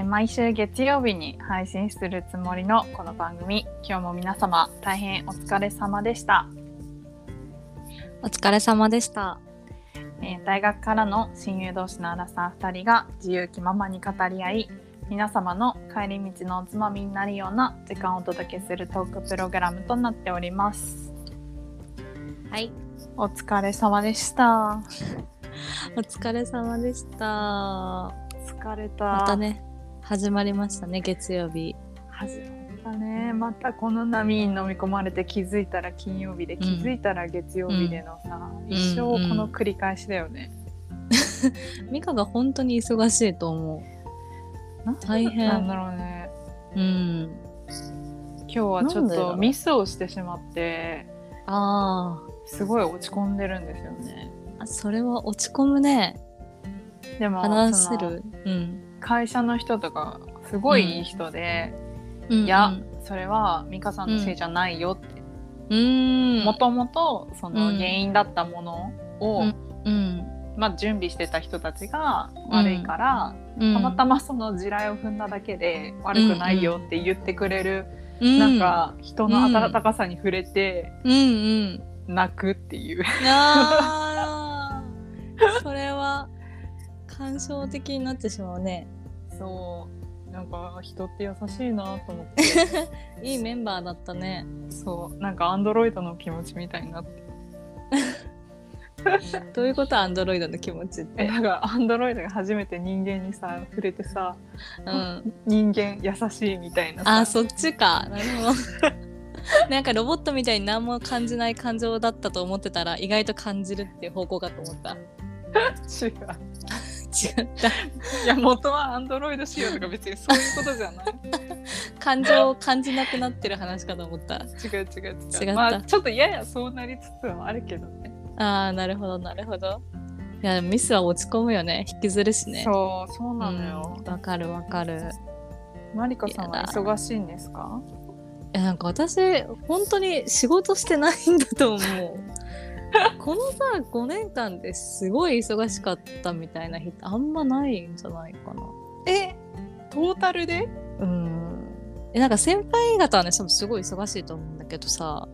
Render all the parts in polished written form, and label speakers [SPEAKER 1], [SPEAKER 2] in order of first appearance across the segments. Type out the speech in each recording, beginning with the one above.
[SPEAKER 1] 毎週月曜日に配信するつもりのこの番組、今日も皆様大変お疲れ様でした。
[SPEAKER 2] お疲れ様でした。
[SPEAKER 1] 大学からの親友同士のアラサー2人が自由気ままに語り合い、皆様の帰り道のおつまみになるような時間をお届けするトークプログラムとなっております。
[SPEAKER 2] はい、
[SPEAKER 1] お疲れ様でした。
[SPEAKER 2] お疲れ様でした。
[SPEAKER 1] 疲れた。
[SPEAKER 2] またね、始まりましたね、月曜日。
[SPEAKER 1] 始まったね。またこの波に飲み込まれて、気づいたら金曜日で、気づいたら月曜日でのさ、一生この繰り返しだよね。
[SPEAKER 2] ミカが本当に忙しいと思う。大変
[SPEAKER 1] なんだろうね。今日はちょっとミスをしてしまって、すごい落ち込んでるんですよね。
[SPEAKER 2] それは落ち込むね。
[SPEAKER 1] でも
[SPEAKER 2] 話せる、
[SPEAKER 1] 会社の人とかすごいいい人で、いや、それはミカさんのせいじゃないよって、もともとその原因だったものを、準備してた人たちが悪いから、たまたまその地雷を踏んだだけで悪くないよって言ってくれる、なんか人の温かさに触れて、泣くっていう。
[SPEAKER 2] それは感傷的になってしまうね。
[SPEAKER 1] そう、なんか人って優しいなと思って
[SPEAKER 2] いいメンバーだったね。
[SPEAKER 1] そう、なんかアンドロイドの気持ちみたいになって
[SPEAKER 2] どういうこと？アンドロイドの気持ちって。
[SPEAKER 1] なんかアンドロイドが初めて人間にさ触れてさ、人間優しいみたいなさ。
[SPEAKER 2] そっちか。なるほど。なんかロボットみたいに何も感じない感情だったと思ってたら、意外と感じるっていう方向かと思った。
[SPEAKER 1] 違った。いや、元はアンドロイド仕様とか別にそういうことじゃない。
[SPEAKER 2] 感情を感じなくなってる話かと思った。
[SPEAKER 1] 違った。まあちょっとややそうなりつつはあるけどね。
[SPEAKER 2] なるほどなるほど。いや、ミスは落ち込むよね。引きずるしね。
[SPEAKER 1] そうなのよ。
[SPEAKER 2] わかる。
[SPEAKER 1] マリカさんは忙しいんですか？
[SPEAKER 2] なんか私本当に仕事してないんだと思う。このさ5年間ですごい忙しかったみたいな日ってあんまないんじゃないかな。
[SPEAKER 1] トータルで？
[SPEAKER 2] なんか先輩方はね、すごい忙しいと思うんだけどさ、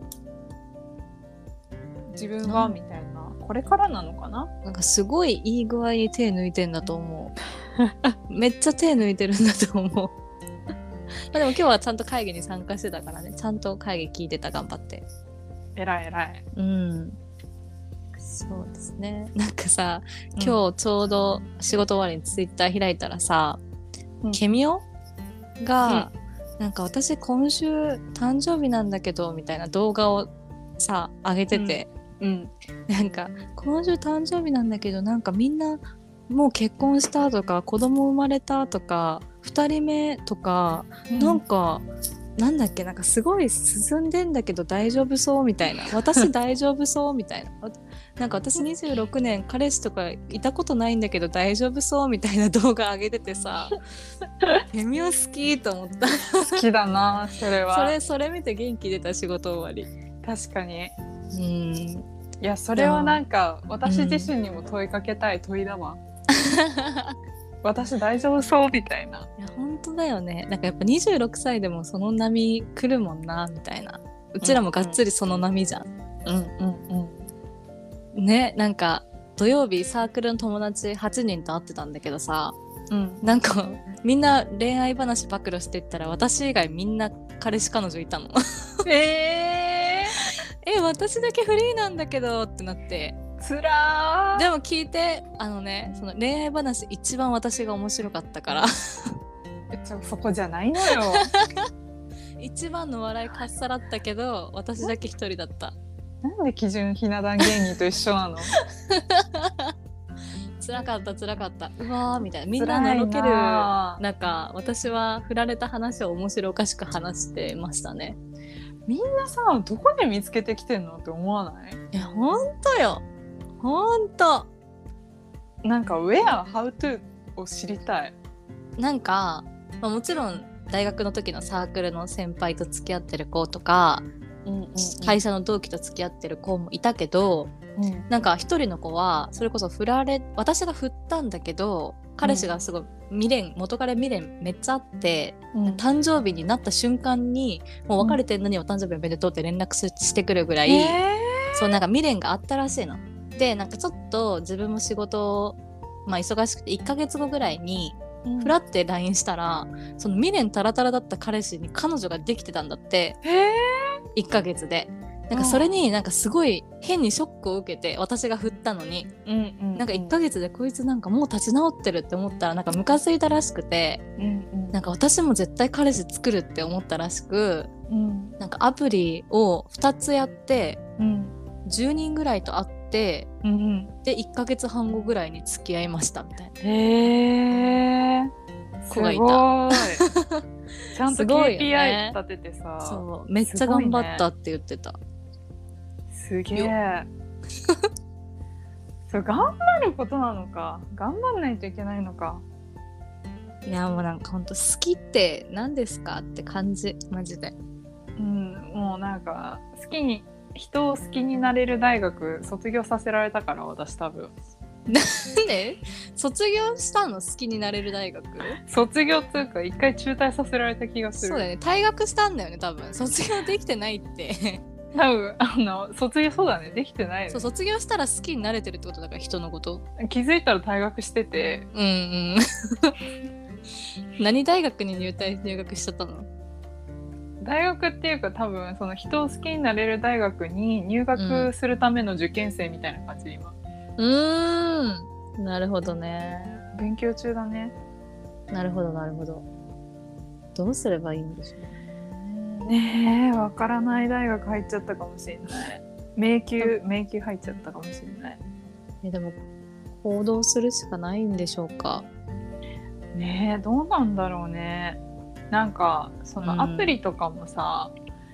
[SPEAKER 1] 自分はみたいな、これからなのかな。
[SPEAKER 2] なんかすごいいい具合に手抜いてんだと思う。めっちゃ手抜いてるんだと思う。でも今日はちゃんと会議に参加してたからね、ちゃんと会議聞いてた。頑張って。
[SPEAKER 1] 偉い。
[SPEAKER 2] そうですね。なんかさ、今日ちょうど仕事終わりにツイッター開いたらさ、ケミオが、なんか私今週誕生日なんだけどみたいな動画をさ上げてて、なんか今週誕生日なんだけど、なんかみんなもう結婚したとか子供生まれたとか2人目とか、なんかなんだっけ、なんかすごい進んでんだけど大丈夫そうみたいな、私大丈夫そうみたいな、なんか私26年彼氏とかいたことないんだけど大丈夫そうみたいな動画上げててさ、ケミオ好きと思った。
[SPEAKER 1] 好きだな、それは。
[SPEAKER 2] それ見て元気出た、仕事終わり。
[SPEAKER 1] 確かに。いや、それはなんか私自身にも問いかけたい問いだわ。私大丈夫そうみたいな。
[SPEAKER 2] いや本当だよね。なんかやっぱ26歳でもその波来るもんなみたいな。うちらもがっつりその波じゃん。ね、なんか土曜日サークルの友達8人と会ってたんだけどさ、なんかみんな恋愛話暴露してったら、私以外みんな彼氏彼女いたの。私だけフリーなんだけどってなって。
[SPEAKER 1] つらー。
[SPEAKER 2] でも聞いて、その恋愛話一番私が面白かったから。
[SPEAKER 1] そこじゃないのよ。
[SPEAKER 2] 一番の笑いかっさらったけど、私だけ一人だった。
[SPEAKER 1] なんで基準ひな壇芸人と一緒なの？
[SPEAKER 2] 辛かった。うわーみたいな。みんなのろける中、私は振られた話を面白おかしく話してましたね。
[SPEAKER 1] みんなさ、どこで見つけてきてんのって思わない？
[SPEAKER 2] いや、ほんとよ。ほんと。
[SPEAKER 1] なんか Where How to を知りたい。
[SPEAKER 2] なんか、もちろん大学の時のサークルの先輩と付き合ってる子とか、会社の同期と付き合ってる子もいたけど、 なんか一人の子はそれこそ私が振ったんだけど彼氏がすごい元彼未練めっちゃあって、誕生日になった瞬間にもう別れてんのにお誕生日おめでとうって連絡してくるぐらい、そうなんか未練があったらしいの。でなんかちょっと自分も仕事忙しくて1ヶ月後ぐらいにフラって LINE したら、その未練タラタラだった彼氏に彼女ができてたんだって、1ヶ月で。なんかそれになんかすごい変にショックを受けて、私が振ったのに、なんか1ヶ月でこいつなんかもう立ち直ってるって思ったらなんかムカついたらしくて、なんか私も絶対彼氏作るって思ったらしく、なんかアプリを2つやって、10人ぐらいと会って、で1ヶ月半後ぐらいに付き合いましたみたいな子がいた。
[SPEAKER 1] ちゃんと KPI 立ててさ、
[SPEAKER 2] そうめっちゃ頑張ったって言ってた。
[SPEAKER 1] すげえ。そう頑張ることなのか、頑張んないといけないのか。
[SPEAKER 2] いやもうなんかほんと好きって何ですかって感じマジで。
[SPEAKER 1] もうなんか人を好きになれる大学卒業させられたから私多分。
[SPEAKER 2] なんで卒業したの？好きになれる大学
[SPEAKER 1] 卒業っていうか一回中退させられた気がする。
[SPEAKER 2] そうだよね、退学したんだよね多分。卒業できてないって
[SPEAKER 1] 多分卒業そうだね、できてない、ね、
[SPEAKER 2] そう卒業したら好きになれてるってことだから、人のこと
[SPEAKER 1] 気づいたら退学してて
[SPEAKER 2] 何大学に入学しちゃったの？
[SPEAKER 1] 大学っていうか多分その人を好きになれる大学に入学するための受験生みたいな感じ、今。
[SPEAKER 2] なるほどね。
[SPEAKER 1] 勉強中だね。
[SPEAKER 2] なるほどなるほど。どうすればいいんでしょう
[SPEAKER 1] ね。わからない大学入っちゃったかもしれない。迷宮入っちゃったかもしれない。
[SPEAKER 2] でも行動するしかないんでしょうか
[SPEAKER 1] ね。どうなんだろうね。なんかそのアプリとかもさ、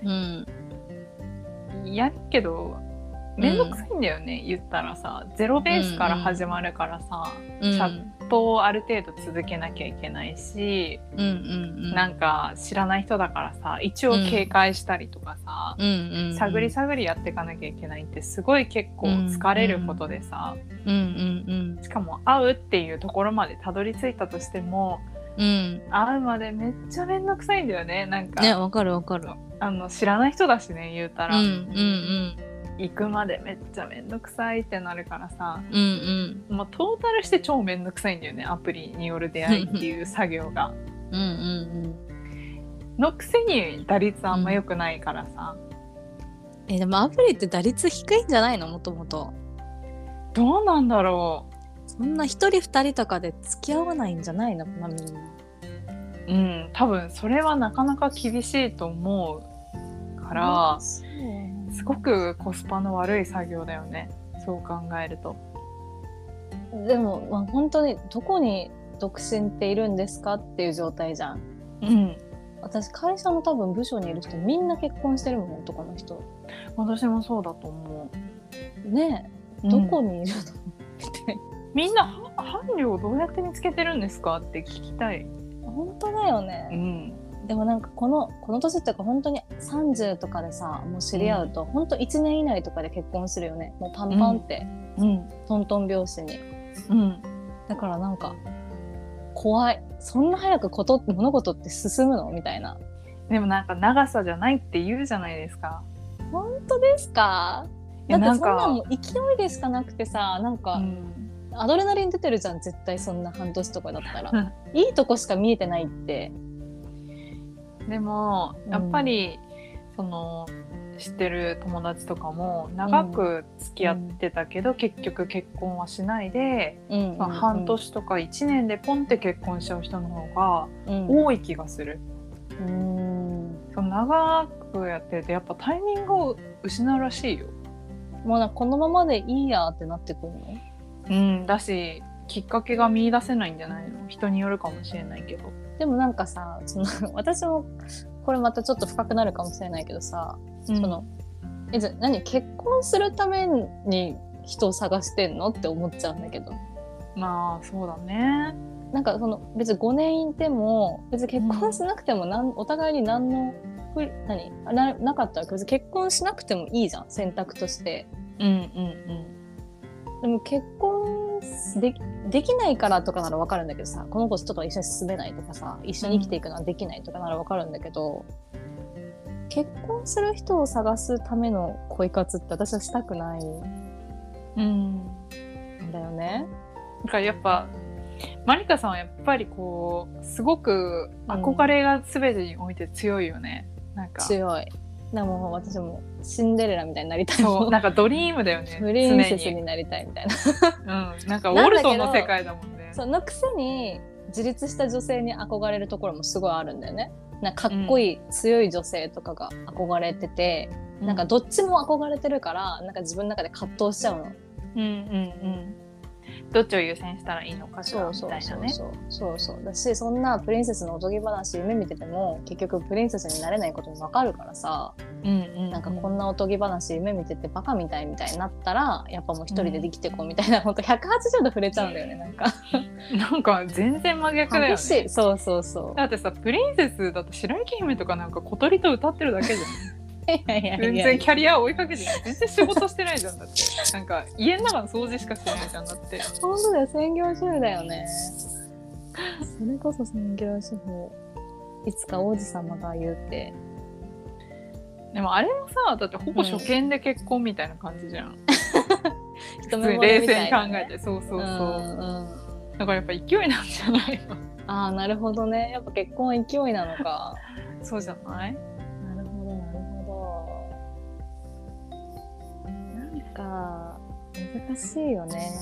[SPEAKER 1] やるけどめんどくさいんだよね、言ったらさ、ゼロベースから始まるからさ、チャットをある程度続けなきゃいけないし、なんか知らない人だからさ一応警戒したりとかさ、探りやっていかなきゃいけないってすごい結構疲れることでさ、しかも会うっていうところまでたどり着いたとしても、会うまでめっちゃめんどくさいんだよね。なんか
[SPEAKER 2] ね、わかる
[SPEAKER 1] 知らない人だしね、言うたら、行くまでめっちゃめんどくさいってなるからさ、もうトータルして超めんどくさいんだよね、アプリによる出会いっていう作業がのくせに打率あんま良くないからさ、
[SPEAKER 2] でもアプリって打率低いんじゃないの？もともと
[SPEAKER 1] どうなんだろう。
[SPEAKER 2] そんな1人2人とかで付き合わないんじゃないのかな、みんな。
[SPEAKER 1] 多分それはなかなか厳しいと思うから、すごくコスパの悪い作業だよね、そう考えると。
[SPEAKER 2] でも、本当にどこに独身っているんですかっていう状態じゃん。私会社の多分部署にいる人みんな結婚してるもん、男の人。
[SPEAKER 1] 私もそうだと思
[SPEAKER 2] うねえ、どこにいるのって、
[SPEAKER 1] みんな伴侶をどうやって見つけてるんですかって聞きたい。
[SPEAKER 2] 本当だよね、でもなんかこの年っていうか本当に30とかでさ、もう知り合うと、本当1年以内とかで結婚するよね、もうパンパンって、トントン拍子に、だからなんか怖い、そんな早く物事って進むのみたいな。
[SPEAKER 1] でもなんか長さじゃないって言うじゃないですか。
[SPEAKER 2] 本当ですか？だってそんなの勢いでしかなくてさ、なんか、アドレナリン出てるじゃん絶対、そんな半年とかだったらいいとこしか見えてないって。
[SPEAKER 1] でもやっぱり、その知ってる友達とかも長く付き合ってたけど、結局結婚はしないで、半年とか1年でポンって結婚しちゃう人の方が多い気がする。その長くやっててやっぱタイミングを失うらしいよ。
[SPEAKER 2] もうなんかこのままでいいやってなってくる
[SPEAKER 1] の？だしきっかけが見出せないんじゃないの？人によるかもしれないけど。
[SPEAKER 2] でもなんかさ、私もこれまたちょっと深くなるかもしれないけどさ、結婚するために人を探してんのって思っちゃうんだけど。
[SPEAKER 1] まあそうだね。
[SPEAKER 2] なんか別に5年いても別に結婚しなくてもお互いに何のなかったら別に結婚しなくてもいいじゃん、選択として。
[SPEAKER 1] うんうん
[SPEAKER 2] でも結婚できないからとかなら分かるんだけどさ、この子と一緒に住めないとかさ、一緒に生きていくのはできないとかなら分かるんだけど、結婚する人を探すための恋活って私はしたくないんだよね。
[SPEAKER 1] だからやっぱマリカさんはやっぱりこうすごく憧れが全てにおいて強いよね、なんか
[SPEAKER 2] 強い。でも私もシンデレラみたいになりたい。
[SPEAKER 1] そうなんかドリームだよね。
[SPEAKER 2] プリンセスになりたいみたい
[SPEAKER 1] な。なんかウォルトの世界だもんね。
[SPEAKER 2] そのくせに自立した女性に憧れるところもすごいあるんだよね。なんかかっこいい、強い女性とかが憧れてて、なんかどっちも憧れてるからなんか自分の中で葛藤しちゃうの。
[SPEAKER 1] どっちを優先したらいいのかしらみたいなね。
[SPEAKER 2] そうだし、そんなプリンセスのおとぎ話夢見てても結局プリンセスになれないことも分かるからさ、なんかこんなおとぎ話夢見ててバカみたいになったらやっぱもう一人で生きていこうみたいな、ほんと180度触れちゃうんだよね。
[SPEAKER 1] なんか全然真逆だよね。
[SPEAKER 2] そう
[SPEAKER 1] だってさ、プリンセスだと白雪姫とかなんか小鳥と歌ってるだけじゃん。全然キャリア追いかけてない。全然仕事してないじゃん。だってなんか家の中の掃除しかしてないじゃん。だって
[SPEAKER 2] 本当だよ、専業主婦だよね。それこそ専業主婦、いつか王子様が言うて。
[SPEAKER 1] でもあれもさ、だってほぼ初見で結婚みたいな感じじゃん。普通に冷静に考えて、そう、だからやっぱ勢いなんじゃないの。
[SPEAKER 2] ああ、なるほどね。やっぱ結婚は勢いなのか。
[SPEAKER 1] そうじゃない？
[SPEAKER 2] なるほど。なんか難しいよね。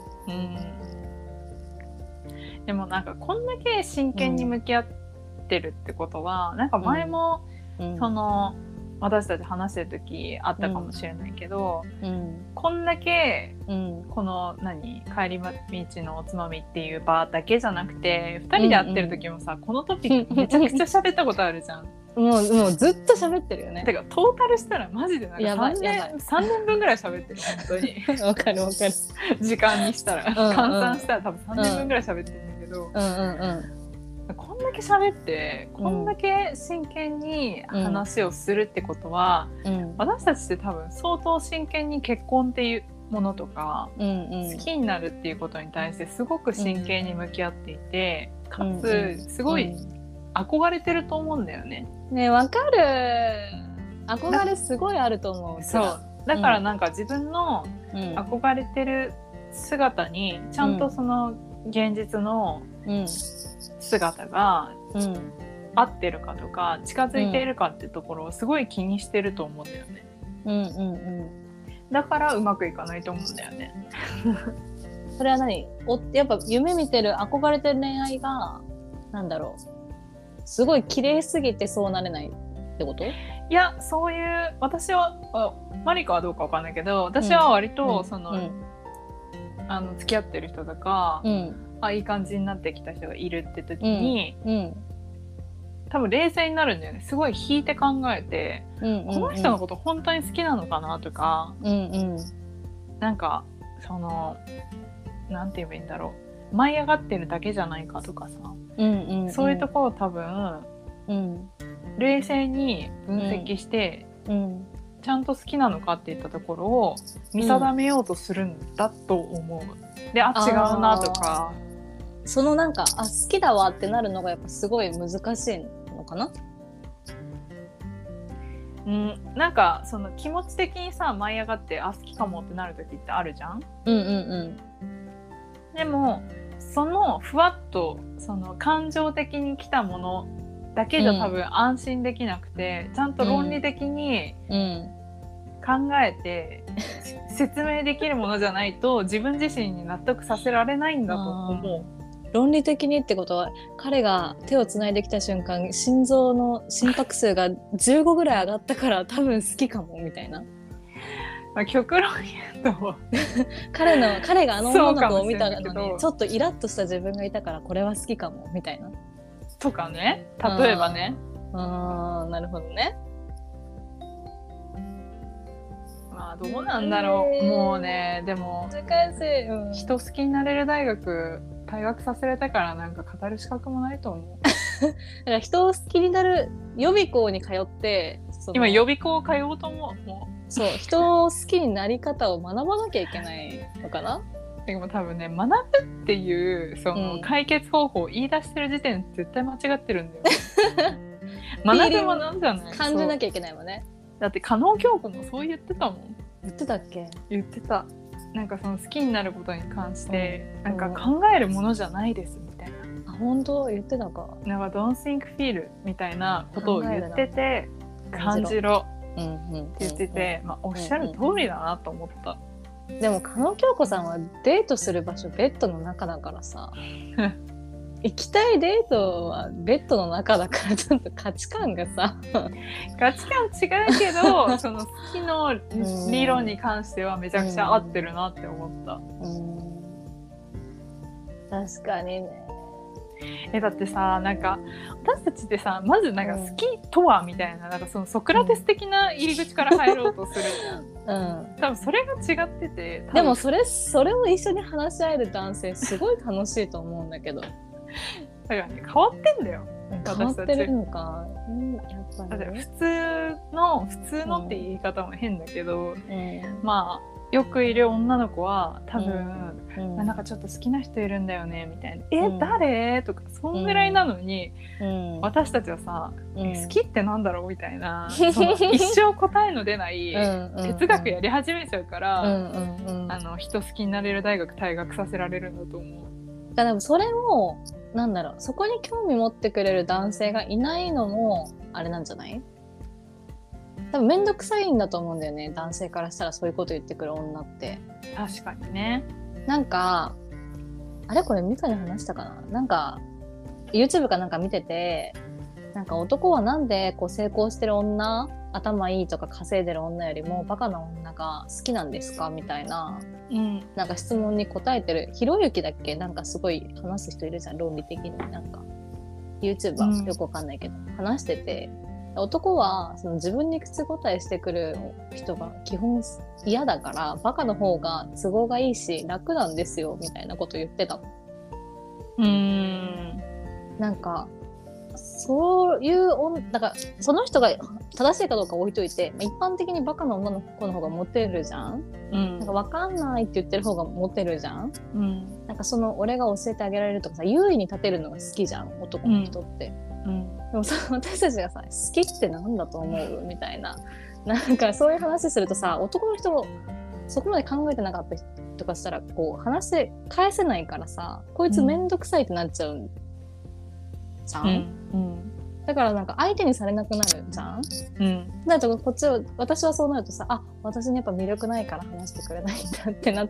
[SPEAKER 1] でもなんかこんだけ真剣に向き合ってるってことは、なんか前も、その私たち話してる時あったかもしれないけど、こんだけ、この帰り道のおつまみっていう場だけじゃなくて2人で会ってる時もさ、このトピックめちゃくちゃ喋ったことあるじゃん。
[SPEAKER 2] もうずっと喋ってるよね。
[SPEAKER 1] てかトータルしたらマジでなんか3年分ぐらい喋ってる本当に。
[SPEAKER 2] わかる
[SPEAKER 1] 時間にしたら、換算したら多分3年分ぐらい喋ってるんだけど、こんだけ喋ってこんだけ真剣に話をするってことは、私たちって多分相当真剣に結婚っていうものとか、好きになるっていうことに対してすごく真剣に向き合っていて、かつすごい憧れてると思うんだよね。
[SPEAKER 2] ね、わかる。憧れすごいあると思う。
[SPEAKER 1] そうだからなんか自分の憧れてる姿にちゃんとその現実の姿が合ってるかとか近づいているかっていうところをすごい気にしてると思うんだよね。だからうまくいかないと思うんだよね。
[SPEAKER 2] それはやっぱ夢見てる憧れてる恋愛がなんだろう、すごい綺麗すぎてそうなれないってこと？
[SPEAKER 1] いや、そういう私はマリカはどうかわかんないけど、私は割と付き合ってる人とか、いい感じになってきた人がいるって時に、多分冷静になるんだよね。すごい引いて考えて、この人のこと本当に好きなのかなとか、なんかなんて言えばいいんだろう、舞い上がってるだけじゃないかとかさ、そういうところを多分、冷静に分析して、ちゃんと好きなのかっていったところを見定めようとするんだと思う。で、違うなとか、
[SPEAKER 2] その好きだわってなるのがやっぱすごい難しいのかな。
[SPEAKER 1] なんかその気持ち的にさ舞い上がって好きかもってなる時ってあるじゃん。でもそのふわっとその感情的に来たものだけじゃ多分安心できなくて、ちゃんと論理的に考えて、説明できるものじゃないと自分自身に納得させられないんだと思う。
[SPEAKER 2] 論理的にってことは彼が手をつないできた瞬間心臓の心拍数が15ぐらい上がったから多分好きかもみたいな。
[SPEAKER 1] 極論言うと
[SPEAKER 2] 彼があの女の子を見たのにちょっとイラッとした自分がいたからこれは好きかもみたいな
[SPEAKER 1] とかね、例えばね。
[SPEAKER 2] なるほどね。
[SPEAKER 1] まあどうなんだろう、もうね、でも
[SPEAKER 2] 難しい、
[SPEAKER 1] 人好きになれる大学退学させられたからなんか語る資格もないと思う。
[SPEAKER 2] だから人を好きになる予備校に通って
[SPEAKER 1] 今予備校通おうと思う。もう
[SPEAKER 2] そう人を好きになり方を学ばなきゃいけないのかな。
[SPEAKER 1] でも多分ね、学ぶっていうその解決方法を言い出してる時点で絶対間違ってるんだよ学ぶものじゃない、
[SPEAKER 2] 感じなきゃいけないもんね。
[SPEAKER 1] だって加納京子もそう言ってたもん。
[SPEAKER 2] 言ってたっけ。
[SPEAKER 1] 言ってた。なんかその好きになることに関して、なんか考えるものじゃないですみたいな。
[SPEAKER 2] あ、本当言ってたか。
[SPEAKER 1] なんか Don't think feel みたいなことを言ってて、感じろって言ってて、まあ、おっしゃる通りだなと思った。
[SPEAKER 2] でも加納京子さんはデートする場所ベッドの中だからさ行きたいデートはベッドの中だから、ちょっと価値観がさ
[SPEAKER 1] 価値観違うけどその好きの理論に関してはめちゃくちゃ合ってるなって思った。
[SPEAKER 2] 確かにね。
[SPEAKER 1] だってさ、なんか私たちってさ、まずなんか好きとはみたいな、なんかそのソクラテス的な入り口から入ろうとするじゃん、多分それが違ってて、
[SPEAKER 2] でもそれを一緒に話し合える男性すごい楽しいと思うんだけどだ
[SPEAKER 1] からね、変わってんだよ。
[SPEAKER 2] 変わってるのか、やっぱり、
[SPEAKER 1] ね、普通のって言い方も変だけど、まあよくいる女の子は多分、なんかちょっと好きな人いるんだよねみたいな、誰とかそんぐらいなのに、私たちはさ、好きってなんだろうみたいな、その一生答えの出ない哲学やり始めちゃうから、人好きになれる大学退学させられるんだと思う。
[SPEAKER 2] だからそれもなんだろう、そこに興味持ってくれる男性がいないのもあれなんじゃない？多分めんどくさいんだと思うんだよね、男性からしたらそういうこと言ってくる女って。
[SPEAKER 1] 確かにね。
[SPEAKER 2] なんかあれこれミカに話したかな、なんか YouTube かなんか見てて、なんか男はなんでこう成功してる女、頭いいとか稼いでる女よりもバカな女が好きなんですかみたいな、なんか質問に答えてるひろゆきだっけ、なんかすごい話す人いるじゃん、論理的に。なんか YouTuber、よくわかんないけど話してて、男はその自分に口答えしてくる人が基本嫌だから、バカの方が都合がいいし楽なんですよみたいなこと言ってたの。なんかそういうだからその人が正しいかどうか置いといて、一般的にバカな女の子の方がモテるじゃん、なんか分かんないって言ってる方がモテるじゃん、なんかその俺が教えてあげられるとかさ、優位に立てるのが好きじゃん男の人って、でもさ、私たちがさ、好きってなんだと思うみたいな、なんかそういう話するとさ、男の人そこまで考えてなかった人とかしたらこう話して返せないからさ、こいつめんどくさいってなっちゃうじゃん、だからなんか相手にされなくなるじゃん、だからこっち私はそうなるとさ、あ、私にやっぱ魅力ないから話してくれないんだってなって、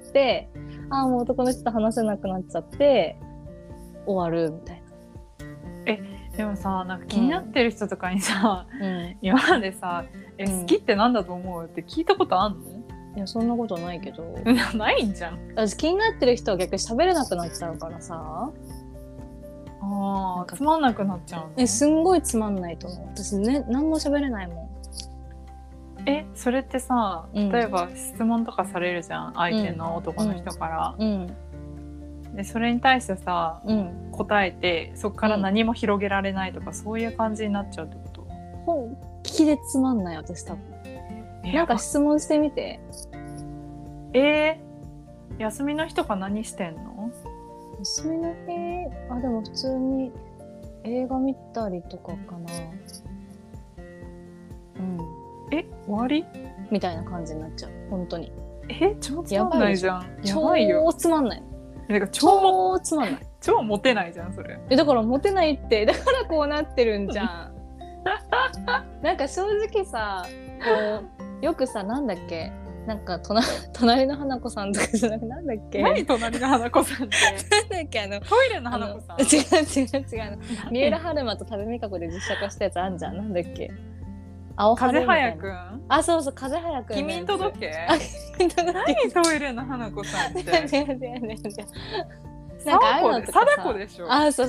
[SPEAKER 2] あ、もう男の人と話せなくなっちゃって終わるみたいな。
[SPEAKER 1] でもさ、なんか気になってる人とかにさ、今までさ、好きってなんだと思うって聞いたことあんの？
[SPEAKER 2] いや、そんなことないけど
[SPEAKER 1] ないんじゃん。
[SPEAKER 2] 私気になってる人は逆に喋れなくなっちゃうからさ、
[SPEAKER 1] つまんなくなっちゃうの？
[SPEAKER 2] すんごいつまんないと思う私ね、何も喋れないもん。
[SPEAKER 1] それってさ、例えば質問とかされるじゃん、相手の男の人から、でそれに対してさ、答えてそこから何も広げられないとか、そういう感じになっちゃうってこと？
[SPEAKER 2] 本気でつまんない私多分。なんか質問してみて。
[SPEAKER 1] 休みの日とか何してんの？
[SPEAKER 2] 休みの日、でも普通に映画見たりとかかな。
[SPEAKER 1] 終わり
[SPEAKER 2] みたいな感じになっちゃう本当に。
[SPEAKER 1] 超つまんないじゃん。やばいよ。
[SPEAKER 2] 超つまんない。
[SPEAKER 1] なんか
[SPEAKER 2] 超つまんない。
[SPEAKER 1] 超モテないじゃんそれ。
[SPEAKER 2] だからモテないって、だからこうなってるんじゃんなんか正直さ、こうよくさ、なんだっけ、なんか隣の花子さんとかじゃなくて、なんだっけ、
[SPEAKER 1] 何隣の花子さんって
[SPEAKER 2] なんだっけ、
[SPEAKER 1] トイレの花子さん。
[SPEAKER 2] 違う三浦春馬と多部未華子で実写化したやつあんじゃん、なんだっけ、
[SPEAKER 1] 風早くん。
[SPEAKER 2] そう風早くん。
[SPEAKER 1] 君に届け。何トイレの花子さんって。なんかああいうのとかさ、貞子でしょ。
[SPEAKER 2] そう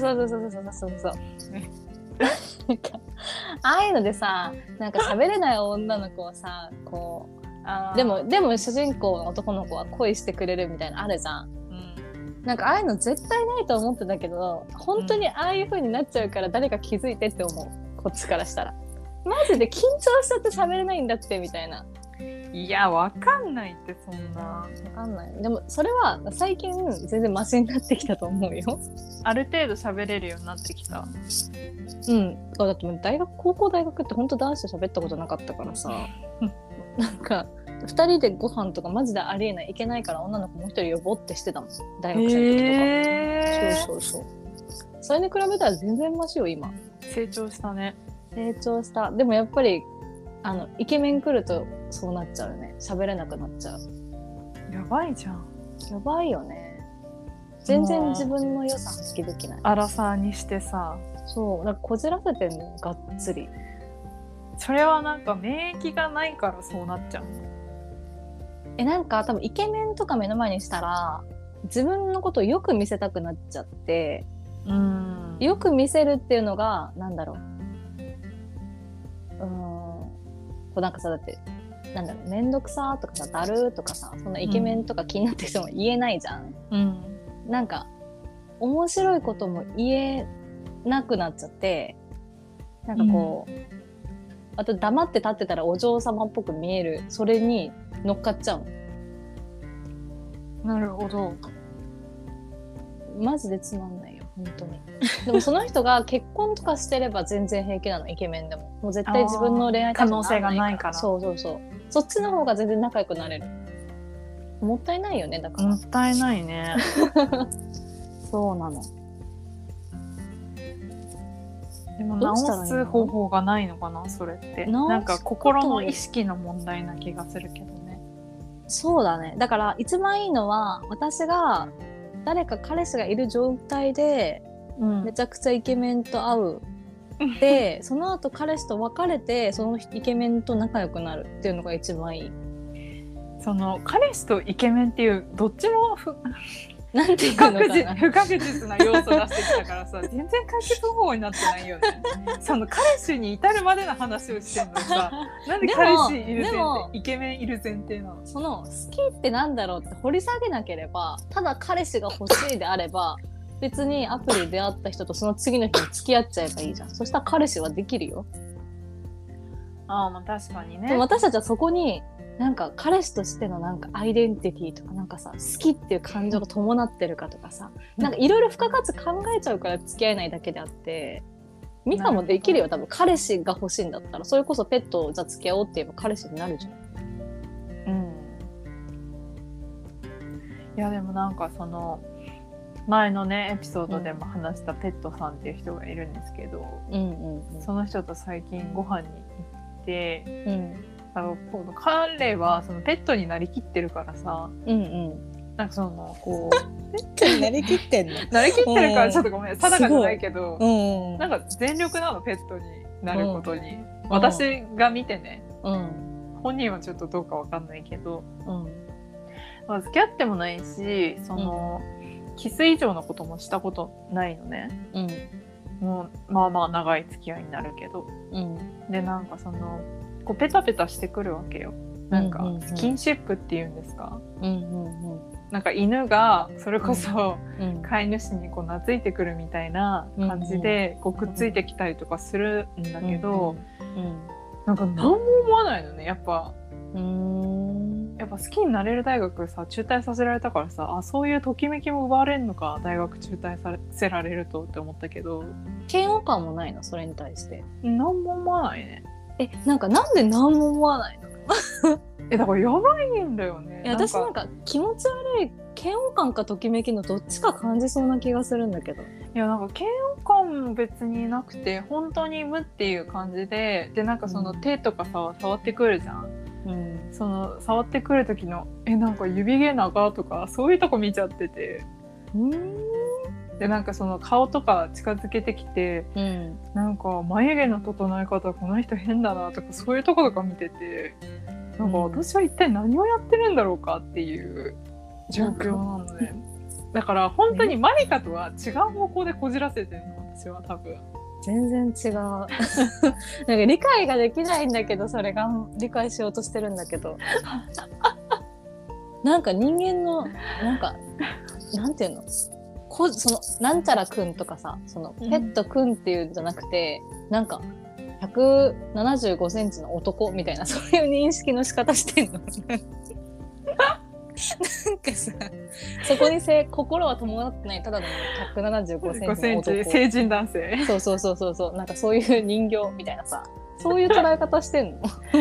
[SPEAKER 2] ああいうのでさ、なんか喋れない女の子はさ、こうでも主人公の男の子は恋してくれるみたいなあるじゃん、なんかああいうの絶対ないと思ってたけど、本当にああいう風になっちゃうから誰か気づいてって思う、こっちからしたら。マジで緊張しちゃって喋れないんだってみたいな。
[SPEAKER 1] いやわかんないってそんな。わ
[SPEAKER 2] かんない。でもそれは最近全然マシになってきたと思うよ。
[SPEAKER 1] ある程度喋れるようになってきた。
[SPEAKER 2] うん。だってもう高校大学って本当男子と喋ったことなかったからさなんか2人でご飯とかマジでありえない、いけないから女の子もう一人呼ぼうってしてたもん、大学生の時とか。そうそれに比べたら全然マシよ今。
[SPEAKER 1] 成長したね。
[SPEAKER 2] 成長した。でもやっぱりイケメン来るとそうなっちゃうよね。喋れなくなっちゃう。
[SPEAKER 1] やばいじゃん。
[SPEAKER 2] やばいよね。全然自分の良さ発揮できない。
[SPEAKER 1] アラサーにしてさ。
[SPEAKER 2] そうなんかこじらせてんのがっつり。
[SPEAKER 1] それはなんか免疫がないからそうなっちゃう。
[SPEAKER 2] なんか多分イケメンとか目の前にしたら自分のことをよく見せたくなっちゃって、よく見せるっていうのがなんだろう、こうなんかさ、だってなんだろう、めんどくさとかさ、だるとかさ、そんなイケメンとか気になってきても言えないじゃん、なんか面白いことも言えなくなっちゃって、なんかこう、あと黙って立ってたらお嬢様っぽく見える、それに乗っかっちゃう
[SPEAKER 1] の。なるほど。
[SPEAKER 2] マジでつまんないよ本当に。でもその人が結婚とかしてれば全然平気なの、イケメンでも。もう絶対自分の恋愛
[SPEAKER 1] 可能性がないから。
[SPEAKER 2] そうそっちの方が全然仲良くなれる。もったいないよね、だから。
[SPEAKER 1] もったいないね
[SPEAKER 2] そうなの。
[SPEAKER 1] でも直す方法がないのかな、それって。なんか心の意識の問題な気がするけどね。
[SPEAKER 2] そうだね。だから一番いいのは、私が彼氏がいる状態で、めちゃくちゃイケメンと会う。でその後彼氏と別れてそのイケメンと仲良くなるっていうのが一番いい。
[SPEAKER 1] その彼氏とイケメンっていうどっちも
[SPEAKER 2] なんていうのかな、
[SPEAKER 1] 不確実な要素出してきたからさ全然解決方法になってないよねその彼氏に至るまでの話をしてんのさなんで彼氏いる前提、イケメンいる前提なの。
[SPEAKER 2] その好きってなんだろうって掘り下げなければ、ただ彼氏が欲しいであれば別にアプリで出会った人とその次の日に付き合っちゃえばいいじゃん。そしたら彼氏はできるよ。
[SPEAKER 1] まあ確かにね。
[SPEAKER 2] でも私たちはそこになんか彼氏としてのなんかアイデンティティとかなんかさ、好きっていう感情が伴ってるかとかさ、なんかいろいろ付加価値考えちゃうから付き合えないだけであって、ミカもできるよ多分。彼氏が欲しいんだったらそれこそペットをじゃあ付き合おうって言えば彼氏になるじゃん。
[SPEAKER 1] いやでもなんかその前のねエピソードでも話したペットさんっていう人がいるんですけど、その人と最近ご飯に行って、彼はそのペットになりきってるからさ、なんかそのこう
[SPEAKER 2] ペットになりきってんの
[SPEAKER 1] なりきってるからちょっとごめん定かじゃないけど、なんか全力なのペットになることに、私が見てね、本人はちょっとどうかわかんないけど、付き合ってもないし、その、キス以上のこともしたことないのね、もうまあまあ長い付き合いになるけど、でなんかそのこうペタペタしてくるわけよ。なんかスキンシップっていうんですか、なんか犬がそれこそ飼い主にこう懐いてくるみたいな感じでこうくっついてきたりとかするんだけど、なんか何も思わないのね。やっぱ好きになれる大学さ中退させられたからさ、そういうときめきも奪われるのか、大学中退させられるとって思ったけど、
[SPEAKER 2] 嫌悪感もないのそれに対して。
[SPEAKER 1] 何も思わないね。
[SPEAKER 2] なんで何も思わないの
[SPEAKER 1] だからやばいんだよね。
[SPEAKER 2] 私なんか気持ち悪い嫌悪感かときめきのどっちか感じそうな気がするんだけど。い
[SPEAKER 1] やなんか嫌悪感も別になくて本当に無っていう感じで、なんかその手とかさ、触ってくるじゃん。その触ってくる時のなんか指毛長とかそういうとこ見ちゃってて、でなんかその顔とか近づけてきて、なんか眉毛の整え方この人変だなとかそういうとことか見てて、なんか私は一体何をやってるんだろうかっていう状況なので、だから本当にマリカとは違う方向でこじらせてるの、私は多分。
[SPEAKER 2] 全然違うなんか理解ができないんだけど、それが理解しようとしてるんだけどなんか人間のなんかなんていうの、そのなんちゃらくんとかさ、そのペットくんっていうんじゃなくて、なんか 175センチの男みたいな、そういう認識の仕方してんのなんかさ、そこに心は伴ってないただの175センチの男、
[SPEAKER 1] 成人男性。
[SPEAKER 2] そうなんかそういう人形みたいなさ、そういう捉え方してんの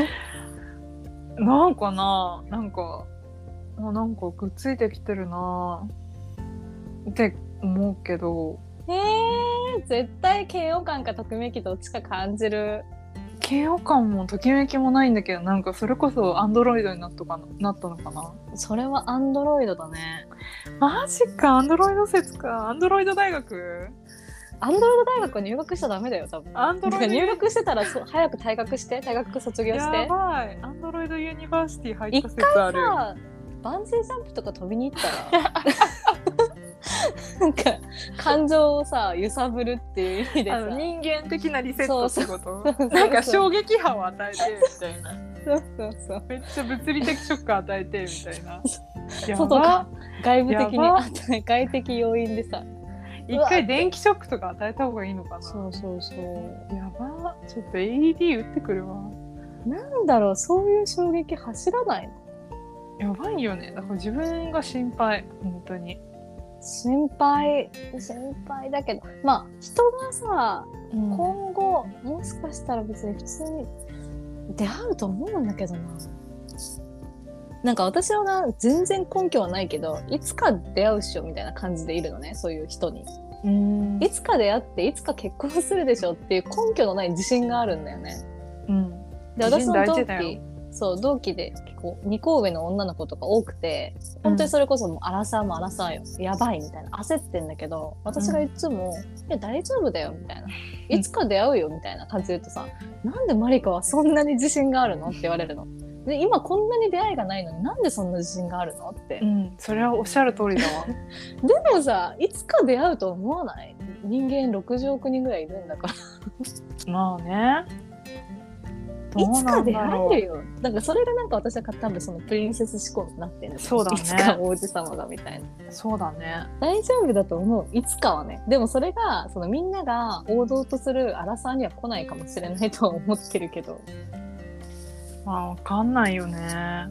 [SPEAKER 1] なんかな、なんかくっついてきてるなって思うけど、
[SPEAKER 2] 絶対嫌悪感かときめきどっちか感じる。
[SPEAKER 1] 嫌悪感もときめきもないんだけど、なんかそれこそアンドロイドになったのかな。
[SPEAKER 2] それはアンドロイドだね。
[SPEAKER 1] マジか、アンドロイド説か。アンドロイド大学
[SPEAKER 2] 大学入学しちゃダメだよ多分。
[SPEAKER 1] アンドロイド
[SPEAKER 2] 入学してたら早く退学して大学卒業して。
[SPEAKER 1] やばい、アンドロイドユニバーシティ入った説ある。
[SPEAKER 2] 一回さバンジージャンプとか飛びに行ったらなんか感情をさ揺さぶるっていう意味でさ、
[SPEAKER 1] 人間的なリセットってこと。なんか衝撃波を与えてみたいな。
[SPEAKER 2] そう
[SPEAKER 1] めっちゃ物理的ショック与えてみたいな。
[SPEAKER 2] 外か外部的に外的要因でさ、
[SPEAKER 1] 一回電気ショックとか与えた方がいいのかな。
[SPEAKER 2] そう
[SPEAKER 1] やば、ちょっと AED 打ってくるわ。
[SPEAKER 2] なんだろう、そういう衝撃走らないの。
[SPEAKER 1] やばいよね。だから自分が心配、本当に
[SPEAKER 2] 心配だけど、まあ人がさ、今後もしかしたら別に普通に出会うと思うんだけどな。なんか私は全然根拠はないけど、いつか出会うっしょみたいな感じでいるのね、そういう人に。いつか出会っていつか結婚するでしょっていう根拠のない自信があるんだよね。で、私の同期で結構2個上の女の子とか多くて、本当にそれこそもうアラサーもアラサーよ、やばいみたいな焦ってんだけど、私がいつも、いや大丈夫だよみたいな、いつか出会うよみたいな感じで言うとさ、なんでマリカはそんなに自信があるのって言われるの。で、今こんなに出会いがないのになんでそんな自信があるのって、
[SPEAKER 1] それはおっしゃる通りだわ。
[SPEAKER 2] でもさ、いつか出会うと思わない？人間60億人ぐらいいるんだから
[SPEAKER 1] まあね、
[SPEAKER 2] いつか出会えるよ。なんかそれがなんか私は多分そのプリンセス思考になってる。
[SPEAKER 1] そうだね。
[SPEAKER 2] いつか王子様がみたいな。
[SPEAKER 1] そうだね。
[SPEAKER 2] 大丈夫だと思う。いつかはね。でもそれがそのみんなが王道とするアラサーには来ないかもしれないとは思ってるけど。
[SPEAKER 1] まあわかんないよね。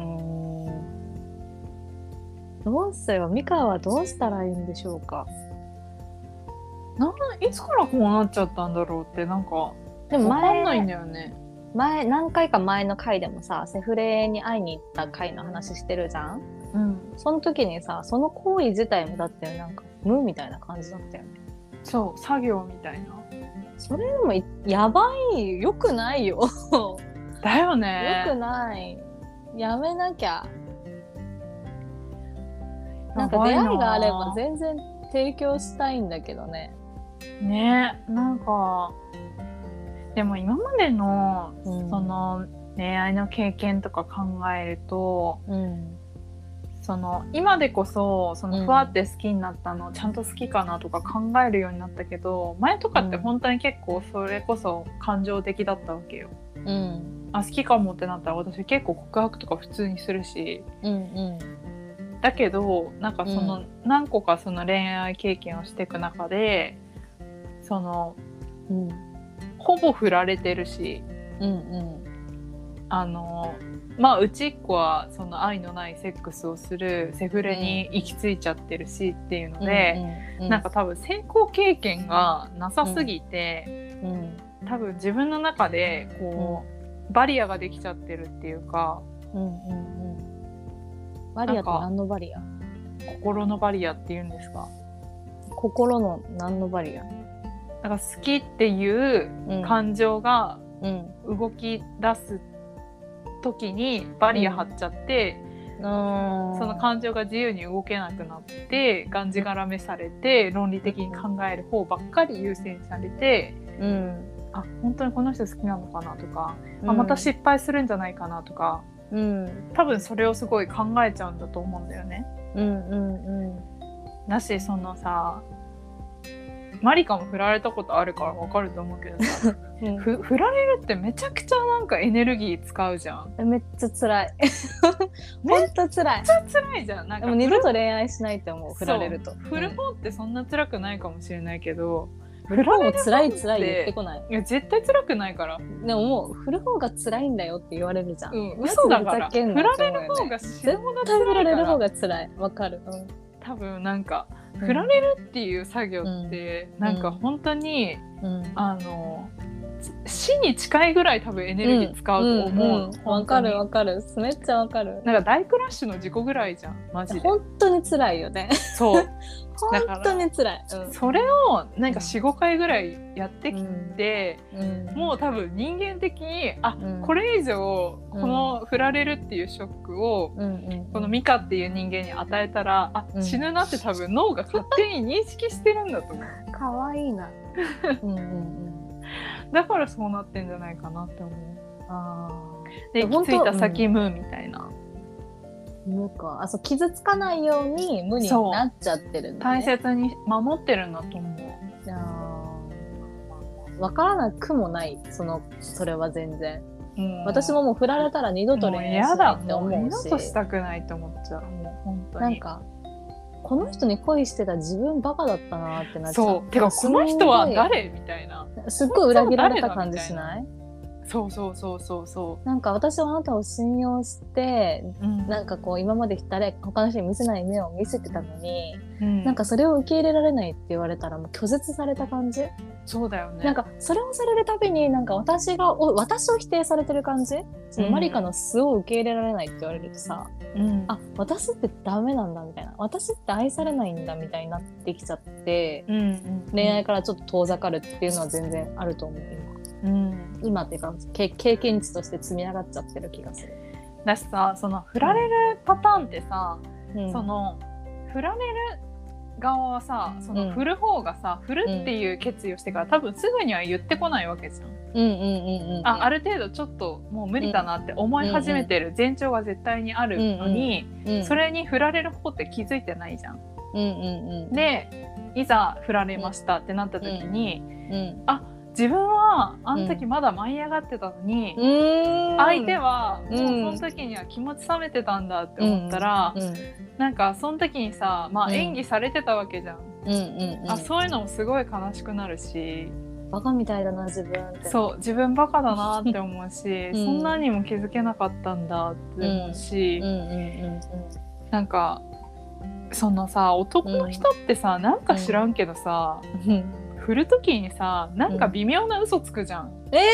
[SPEAKER 2] どうすれば、ミカはどうしたらいいんでしょうか。
[SPEAKER 1] いつからこうなっちゃったんだろうってなんか
[SPEAKER 2] でも
[SPEAKER 1] わかんないんだよね。
[SPEAKER 2] 何回か前の回でもさ、セフレに会いに行った回の話してるじゃん。その時にさ、その行為自体もだってなんか無みたいな感じだったよね。
[SPEAKER 1] そう、作業みたいな。
[SPEAKER 2] それでもやばい、よくないよ。
[SPEAKER 1] だよね。
[SPEAKER 2] よくない。やめなきゃ。なんか出会いがあれば全然提供したいんだけどね。
[SPEAKER 1] ね、なんかでも今までの、その恋愛の経験とか考えると、その今でこそそのふわって好きになったの、ちゃんと好きかなとか考えるようになったけど、前とかって本当に結構それこそ感情的だったわけよ。好きかもってなったら私結構告白とか普通にするし、だけどなんかその何個かその恋愛経験をしていく中で、その、ほぼ振られてるし、まあうち1個はその愛のないセックスをするセフレに行き着いちゃってるしっていうので、なんか多分成功経験がなさすぎて、多分自分の中でこう、バリアができちゃってるっていうか、
[SPEAKER 2] バリアって何のバリア？
[SPEAKER 1] 心のバリアっていうんですか？
[SPEAKER 2] 心の何のバリア？
[SPEAKER 1] なんか好きっていう感情が動き出す時にバリア張っちゃって、その感情が自由に動けなくなってがんじがらめされて論理的に考える方ばっかり優先されて、あ、本当にこの人好きなのかなとか、また失敗するんじゃないかなとか、多分それをすごい考えちゃうんだと思うんだよね。だしそのさ、マリカも振られたことあるから分かると思うけどさ、振られるってめちゃくちゃなんかエネルギー使うじゃん。
[SPEAKER 2] めっちゃ辛い。ほんと辛い。
[SPEAKER 1] めっちゃ辛いじゃん。なんか
[SPEAKER 2] でも二度と恋愛しないって思う、振られると。
[SPEAKER 1] 振る方ってそんな辛くないかもしれないけど、
[SPEAKER 2] 振る方も辛い辛い言ってこない。
[SPEAKER 1] いや絶対辛くないから。
[SPEAKER 2] でももう振る方が辛いんだよって言われるじゃん。
[SPEAKER 1] 嘘だから。振られる方が死ぬほど辛いから。絶対振られる方
[SPEAKER 2] が辛い。わかる。
[SPEAKER 1] 多分なんか振られるっていう作業って、なんか本当に、死に近いぐらい多分エネルギー使うと思う。
[SPEAKER 2] わかるわかる。めっちゃわかる。
[SPEAKER 1] なんか大クラッシュの事故ぐらいじゃんマジで。
[SPEAKER 2] 本当に辛いよね。
[SPEAKER 1] そう。
[SPEAKER 2] 本当に辛い。
[SPEAKER 1] それをなんか 4,5 回ぐらいやってきて、もう多分人間的にこれ以上この振られるっていうショックをこのミカっていう人間に与えたら死ぬなって多分脳が勝手に認識してるんだと思う。
[SPEAKER 2] かわいいな。
[SPEAKER 1] だからそうなってんじゃないかなって思う。で行き着いた先無みたいな。
[SPEAKER 2] 無か。そう傷つかないように無になっちゃってるんだね。
[SPEAKER 1] 大切に守ってるんだと思
[SPEAKER 2] う。分からなくもないそれは全然。私ももう振られたら二度と恋愛しないって思うし。
[SPEAKER 1] 二度としたくないって思っちゃう。もう本当に。
[SPEAKER 2] なんかこの人に恋してた自分バカだったなってなっちゃう。
[SPEAKER 1] そう。てかこの人は誰みたいな。
[SPEAKER 2] すっごい裏切られた感じしない？
[SPEAKER 1] そう
[SPEAKER 2] なんか私はあなたを信用して、なんかこう今まで他の人に見せない目を見せてたのに、なんかそれを受け入れられないって言われたらもう拒絶された感じ。
[SPEAKER 1] そうだよね。
[SPEAKER 2] なんかそれをされるたびになんか私を否定されてる感じ。そのマリカの素を受け入れられないって言われるとさ、私ってダメなんだみたいな、私って愛されないんだみたいになってきちゃって、恋愛からちょっと遠ざかるっていうのは全然あると思う今っていうか経験値として積み上がっちゃってる気がする。
[SPEAKER 1] だしさ、その振られるパターンってさ、その振られる側はさ、その振る方がさ、振るっていう決意をしてから多分すぐには言ってこないわけじゃん。ある程度ちょっともう無理だなって思い始めてる前兆が絶対にあるのに、それに振られる方って気づいてないじゃん。でいざ振られましたってなった時に、自分はあの時まだ舞い上がってたのに、相手はもうその時には気持ち冷めてたんだって思ったら、なんかその時にさ、演技されてたわけじゃん。そういうのもすごい悲しくなるし、
[SPEAKER 2] バカみたいだな自分って。
[SPEAKER 1] そう、自分バカだなって思うし、そんなにも気づけなかったんだって思うし、なんかそのさ、男の人ってさ、なんか知らんけどさ、振る時にさ、なんか微妙な嘘つくじゃん。
[SPEAKER 2] それだ。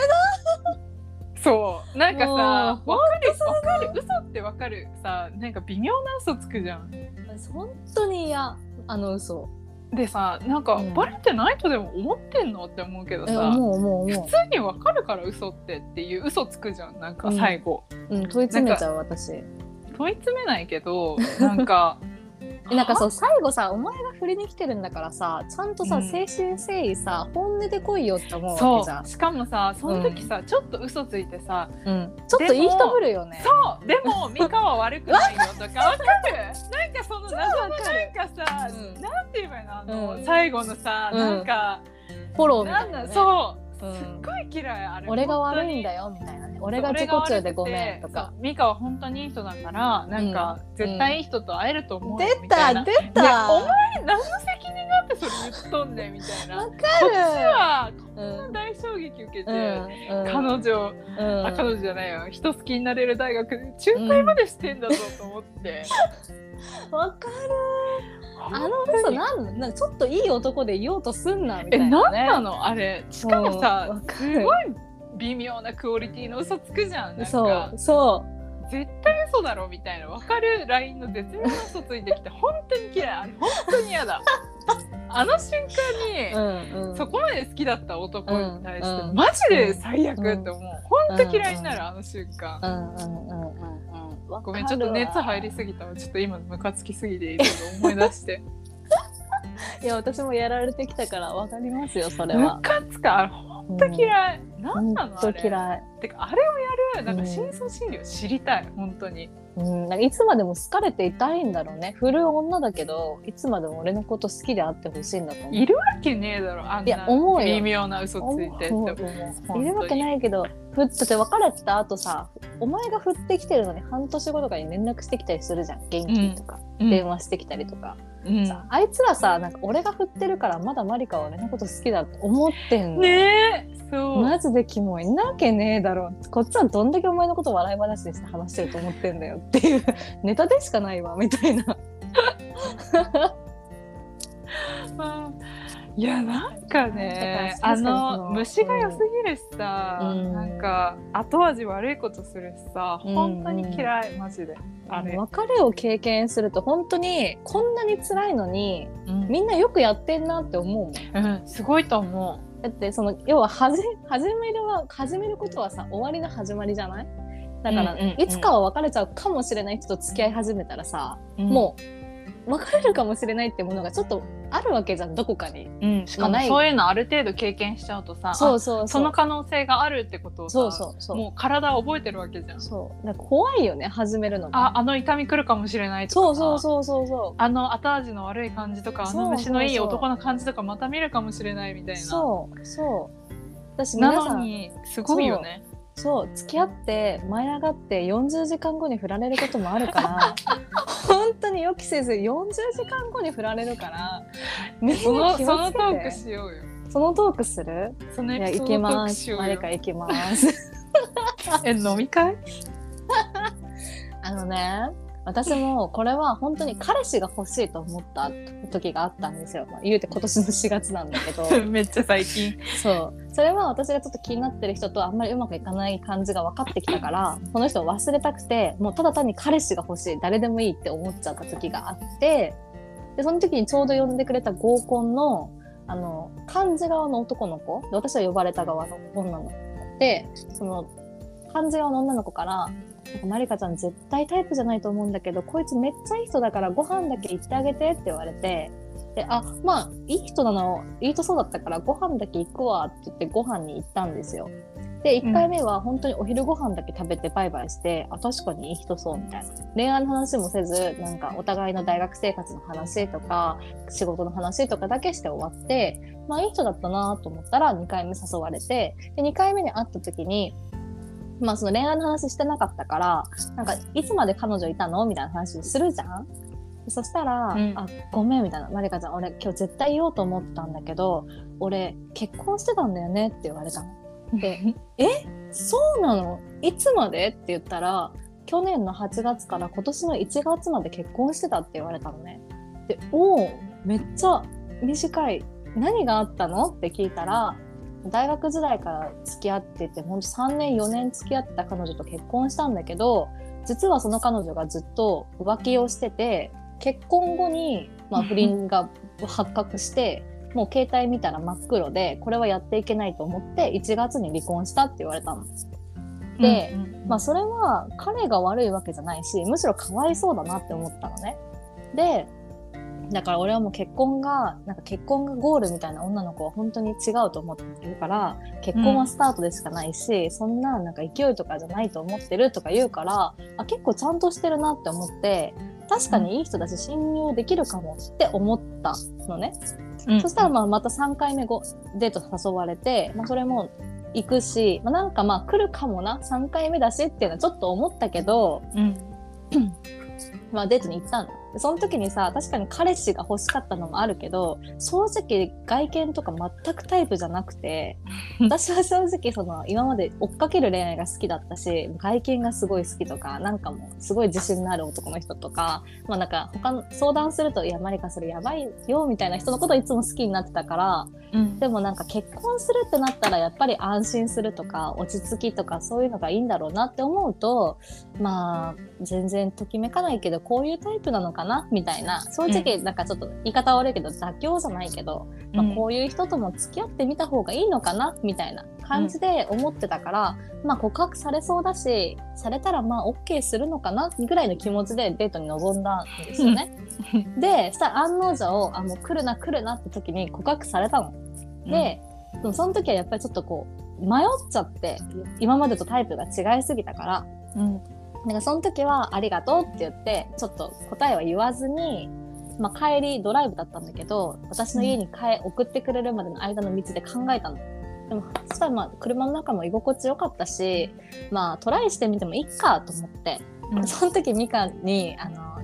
[SPEAKER 1] そうなんかさ、わかる嘘ってわかるさ、なんか微妙な嘘つくじゃん。
[SPEAKER 2] 本当に嫌、嘘
[SPEAKER 1] でさ、なんかバレてないとでも思ってんのって思うけどさ、普通にわかるから嘘っていう嘘つくじゃん。なんか最後、
[SPEAKER 2] 問い詰めちゃう。私
[SPEAKER 1] 問い詰めないけど、なんか
[SPEAKER 2] なんかそう最後さ、お前が振りに来てるんだからさ、ちゃんとさ、誠心誠意さ、本音で来いよって思うわけじゃん。
[SPEAKER 1] しかもさ、その時さ、ちょっと嘘ついてさ、
[SPEAKER 2] ちょっといい人ぶるよね。
[SPEAKER 1] そうでもミカは悪くないよとかわかる。なんかその謎のなんかさ、なんて言えばいいの、最後のさ、なんか
[SPEAKER 2] フォローみたいなね。
[SPEAKER 1] そうすっごい嫌いあれ。
[SPEAKER 2] 俺が悪いんだよみたいなね。俺が自己中でごめんとか。
[SPEAKER 1] ミカは本当にいい人だから、なんか絶対いい人と会えると思うよみたいな。
[SPEAKER 2] 出た。
[SPEAKER 1] お前何の責任があってそれ言っとんねんみたいな。
[SPEAKER 2] わかる。
[SPEAKER 1] こっちはこんな大衝撃受けて、彼女じゃないよ、人好きになれる大学で仲介までしてんだぞと思って。
[SPEAKER 2] わかる。嘘なんちょっといい男でいようとすんなみたいな、ね。
[SPEAKER 1] なんなのあれ。しかもさ、すごい微妙なクオリティの嘘つくじゃん。なんか
[SPEAKER 2] そう
[SPEAKER 1] 絶対嘘だろみたいな分かるラインの絶妙な嘘ついてきて本当に嫌い。あれ本当に嫌だ。あの瞬間に、そこまで好きだった男に対して、マジで最悪って思う。本当嫌いになる、あの瞬間。ごめん、ちょっと熱入りすぎたわ。ちょっと今ムカつきすぎていろいろ思い出して。
[SPEAKER 2] いや私もやられてきたから分かりますよ、それは。
[SPEAKER 1] ムカつか、あれ本当嫌い。なんなのあれ。
[SPEAKER 2] 嫌い。
[SPEAKER 1] てかあれをやるなんか深層心理を知りたい、本当に。
[SPEAKER 2] なんかいつまでも好かれていたいんだろうね。振る女だけどいつまでも俺のこと好きであってほしいんだと思う。
[SPEAKER 1] いるわけねえだろ、あんな微妙な嘘ついてって思う。
[SPEAKER 2] いるわけないけど、だって別れた後さ、お前が振ってきてるのに半年後とかに連絡してきたりするじゃん。元気とか、電話してきたりとか。 あいつらさなんか俺が振ってるからまだマリカは俺のこと好きだと思ってんの
[SPEAKER 1] ねえ。そう
[SPEAKER 2] マジでキモいなわけねえだろこっちはどんだけお前のこと笑い話でして話してると思ってんだよっていうネタでしかないわみたいな。
[SPEAKER 1] いやなんかね虫が良すぎるしさ、なんか後味悪いことするしさ、本当に嫌いマジで。あれ
[SPEAKER 2] 別れを経験すると本当にこんなに辛いのに、みんなよくやってんなって思うも
[SPEAKER 1] ん、すごいと思う。
[SPEAKER 2] だってその要は始めることはさ終わりの始まりじゃない。だから、いつかは別れちゃうかもしれない人と付き合い始めたらさ、もう別れるかもしれないってものがちょっとあるわけじゃんどこかに、
[SPEAKER 1] しかもそういうのある程度経験しちゃうとさ、その可能性があるってことをさ、もう体覚えてるわけじゃん。
[SPEAKER 2] そうだから怖いよね始めるのが。
[SPEAKER 1] あの痛み来るかもしれないとかさ、
[SPEAKER 2] そう
[SPEAKER 1] あの後味の悪い感じとか、あの虫のいい男の感じとかまた見るかもしれないみたいな。
[SPEAKER 2] そう私
[SPEAKER 1] なのにすごいよね。
[SPEAKER 2] そう付き合って舞い上がって40時間後に振られることもあるから本当に予期せず40時間後に振られるからみんな気をつけて。
[SPEAKER 1] そのトークしようよ。
[SPEAKER 2] そのトークする？
[SPEAKER 1] そのエピソードトークしようよ。
[SPEAKER 2] マリカ行きます
[SPEAKER 1] 飲み会
[SPEAKER 2] 私もこれは本当に彼氏が欲しいと思った時があったんですよ、言うて今年の4月なんだけど
[SPEAKER 1] めっちゃ最近。
[SPEAKER 2] それは私がちょっと気になってる人とあんまりうまくいかない感じが分かってきたからこの人を忘れたくてもうただ単に彼氏が欲しい誰でもいいって思っちゃった時があってでその時にちょうど呼んでくれた合コンの幹事側の男の子で私は呼ばれた側の女の子でその幹事側の女の子からマリカちゃん絶対タイプじゃないと思うんだけどこいつめっちゃいい人だからご飯だけ行ってあげてって言われてでまあいい人なのいい人そうだったからご飯だけ行くわって言ってご飯に行ったんですよ。で1回目は本当にお昼ご飯だけ食べてバイバイして、確かにいい人そうみたいな恋愛の話もせずなんかお互いの大学生活の話とか仕事の話とかだけして終わっていい人だったなと思ったら2回目誘われてで2回目に会った時にその恋愛の話してなかったからなんかいつまで彼女いたのみたいな話するじゃん。そしたら、ごめんみたいなマリカちゃん俺今日絶対言おうと思ってたんだけど俺結婚してたんだよねって言われたのでそうなのいつまでって言ったら去年の8月から今年の1月まで結婚してたって言われたのね。でめっちゃ短い何があったのって聞いたら大学時代から付き合っててほんと3年4年付き合ってた彼女と結婚したんだけど実はその彼女がずっと浮気をしてて結婚後に、不倫が発覚してもう携帯見たら真っ黒でこれはやっていけないと思って1月に離婚したって言われたので、それは彼が悪いわけじゃないしむしろかわいそうだなって思ったのね。でだから俺はもう結婚がゴールみたいな女の子は本当に違うと思ってるから結婚はスタートでしかないし、そんななんか勢いとかじゃないと思ってるとか言うから結構ちゃんとしてるなって思って確かにいい人だし信用できるかもって思ったのね、そしたらまた3回目デート誘われて、それも行くし、なんか来るかもな3回目だしっていうのはちょっと思ったけど、デートに行ったんだ。その時にさ確かに彼氏が欲しかったのもあるけど正直外見とか全くタイプじゃなくて私は正直今まで追っかける恋愛が好きだったし外見がすごい好きとかなんかもうすごい自信のある男の人とかなんか他の相談するといやマリカそれやばいよみたいな人のことをいつも好きになってたから、でもなんか結婚するってなったらやっぱり安心するとか落ち着きとかそういうのがいいんだろうなって思うと全然ときめかないけどこういうタイプなのかなみたいな正直なんかちょっと言い方悪いけど妥協じゃないけど、こういう人とも付き合ってみた方がいいのかなみたいな感じで思ってたから、告白されそうだしされたらOK するのかなぐらいの気持ちでデートに臨んだんですよねでしたら案の定もう来るなって時に告白されたので、その時はやっぱりちょっと迷っちゃって今までとタイプが違いすぎたから、なんかその時はありがとうって言ってちょっと答えは言わずに、帰りドライブだったんだけど私の家に送ってくれるまでの間の道で考えたの。でもそしたら車の中も居心地よかったしトライしてみてもいいかと思って、その時ミカに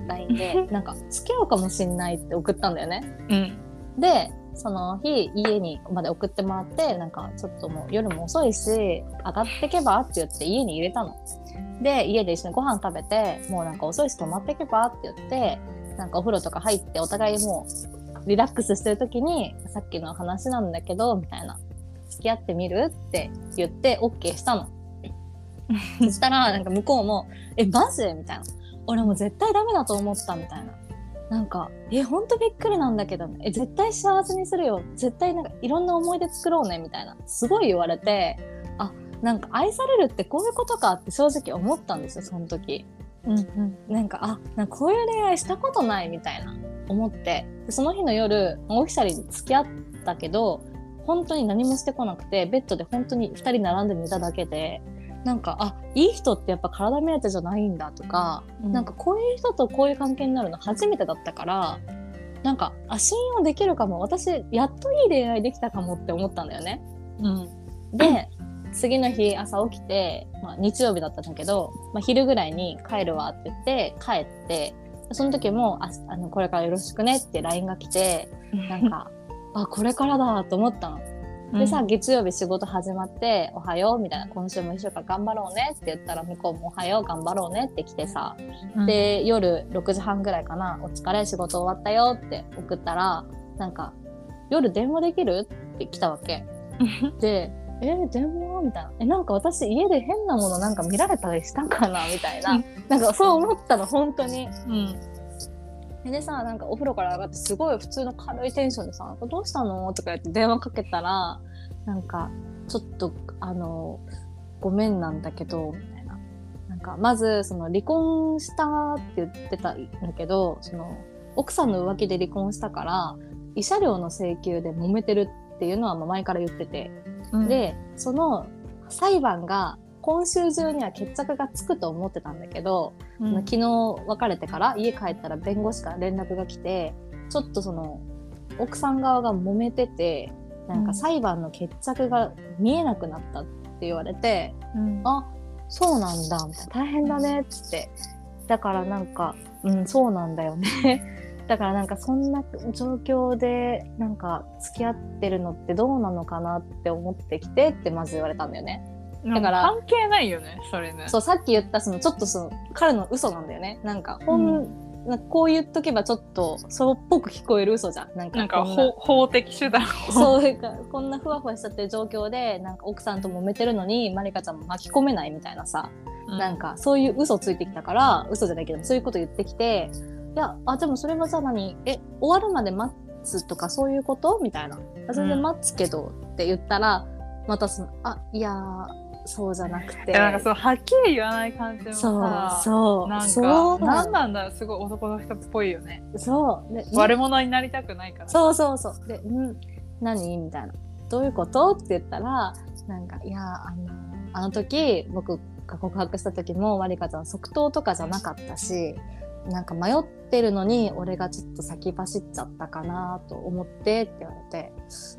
[SPEAKER 2] LINE でなんか付き合うかもしんないって送ったんだよね、
[SPEAKER 1] うん、
[SPEAKER 2] でその日家にまで送ってもらって、なんかちょっともう夜も遅いし上がってけばって言って家に入れたので、家で一緒にご飯食べて、もうなんか遅いし泊まってけばって言って、なんかお風呂とか入ってお互いもうリラックスしてる時に、さっきの話なんだけどみたいな、付き合ってみるって言って OK したのそしたらなんか向こうもマジみたいな、俺も絶対ダメだと思ったみたいな、なんかほんとびっくりなんだけど、絶対幸せにするよ、絶対なんかいろんな思い出作ろうねみたいなすごい言われて、なんか愛されるってこういうことかって正直思ったんですよその時、なんかこういう恋愛したことないみたいな思って、その日の夜オフィシャルに付き合ったけど本当に何もしてこなくて、ベッドで本当に2人並んで寝ただけで、なんかいい人ってやっぱ体目当てじゃないんだとか、なんかこういう人とこういう関係になるの初めてだったから、なんか信用できるかも、私やっといい恋愛できたかもって思ったんだよね、で次の日朝起きて、日曜日だったんだけど、昼ぐらいに帰るわって言って帰って、その時もこれからよろしくねって LINE が来て、なんかこれからだと思ったのでさ、月曜日仕事始まっておはようみたいな、今週も一週間頑張ろうねって言ったら向こうもおはよう頑張ろうねって来てさ、で夜6時半ぐらいかな、お疲れ仕事終わったよって送ったら、なんか夜電話できるって来たわけで電話みたいな、なんか私家で変なものなんか見られたりしたかなみたいななんかそう思ったの本当に、でさ、なんかお風呂から上がってすごい普通の軽いテンションでさ、どうしたのとか言って電話かけたら、なんかちょっとごめんなんだけどみたいな、なんかまずその離婚したって言ってたんだけど、その奥さんの浮気で離婚したから慰謝料の請求で揉めてるっていうのは前から言ってて、でその裁判が今週中には決着がつくと思ってたんだけど、昨日別れてから家帰ったら弁護士から連絡が来て、ちょっとその奥さん側が揉めてて、なんか裁判の決着が見えなくなったって言われて、そうなんだみたいな、大変だねっつって、だからなんかそうなんだよねだからなんかそんな状況でなんか付き合ってるのってどうなのかなって思ってきてってまず言われたんだよね。だから
[SPEAKER 1] 関係ないよねそれね。
[SPEAKER 2] そう、さっき言ったちょっとその彼の嘘なんだよね。なんかなんかこう言っとけばちょっとそうっぽく聞こえる嘘じゃん。なんか
[SPEAKER 1] 法的手段を
[SPEAKER 2] そうか、こんなふわふわしちゃってる状況でなんか奥さんと揉めてるのにまりかちゃんも巻き込めないみたいなさ、なんかそういう嘘ついてきたから、嘘じゃないけどそういうこと言ってきて、いやでもそれはじゃあ終わるまで待つとかそういうことみたいな、全然待つけどって言ったら、またそのいやそうじゃなくて、
[SPEAKER 1] なんかそうはっきり言わない感じもさ、なんか何なんだろう、すごい男の人っぽいよね。
[SPEAKER 2] そうで
[SPEAKER 1] 悪者になりたくないから。
[SPEAKER 2] そうで何みたいな、どういうことって言ったら、なんかいやあの時僕が告白した時もまりかちゃん即答とかじゃなかったし、なんか迷ってるのに俺がちょっと先走っちゃったかなと思ってって言われ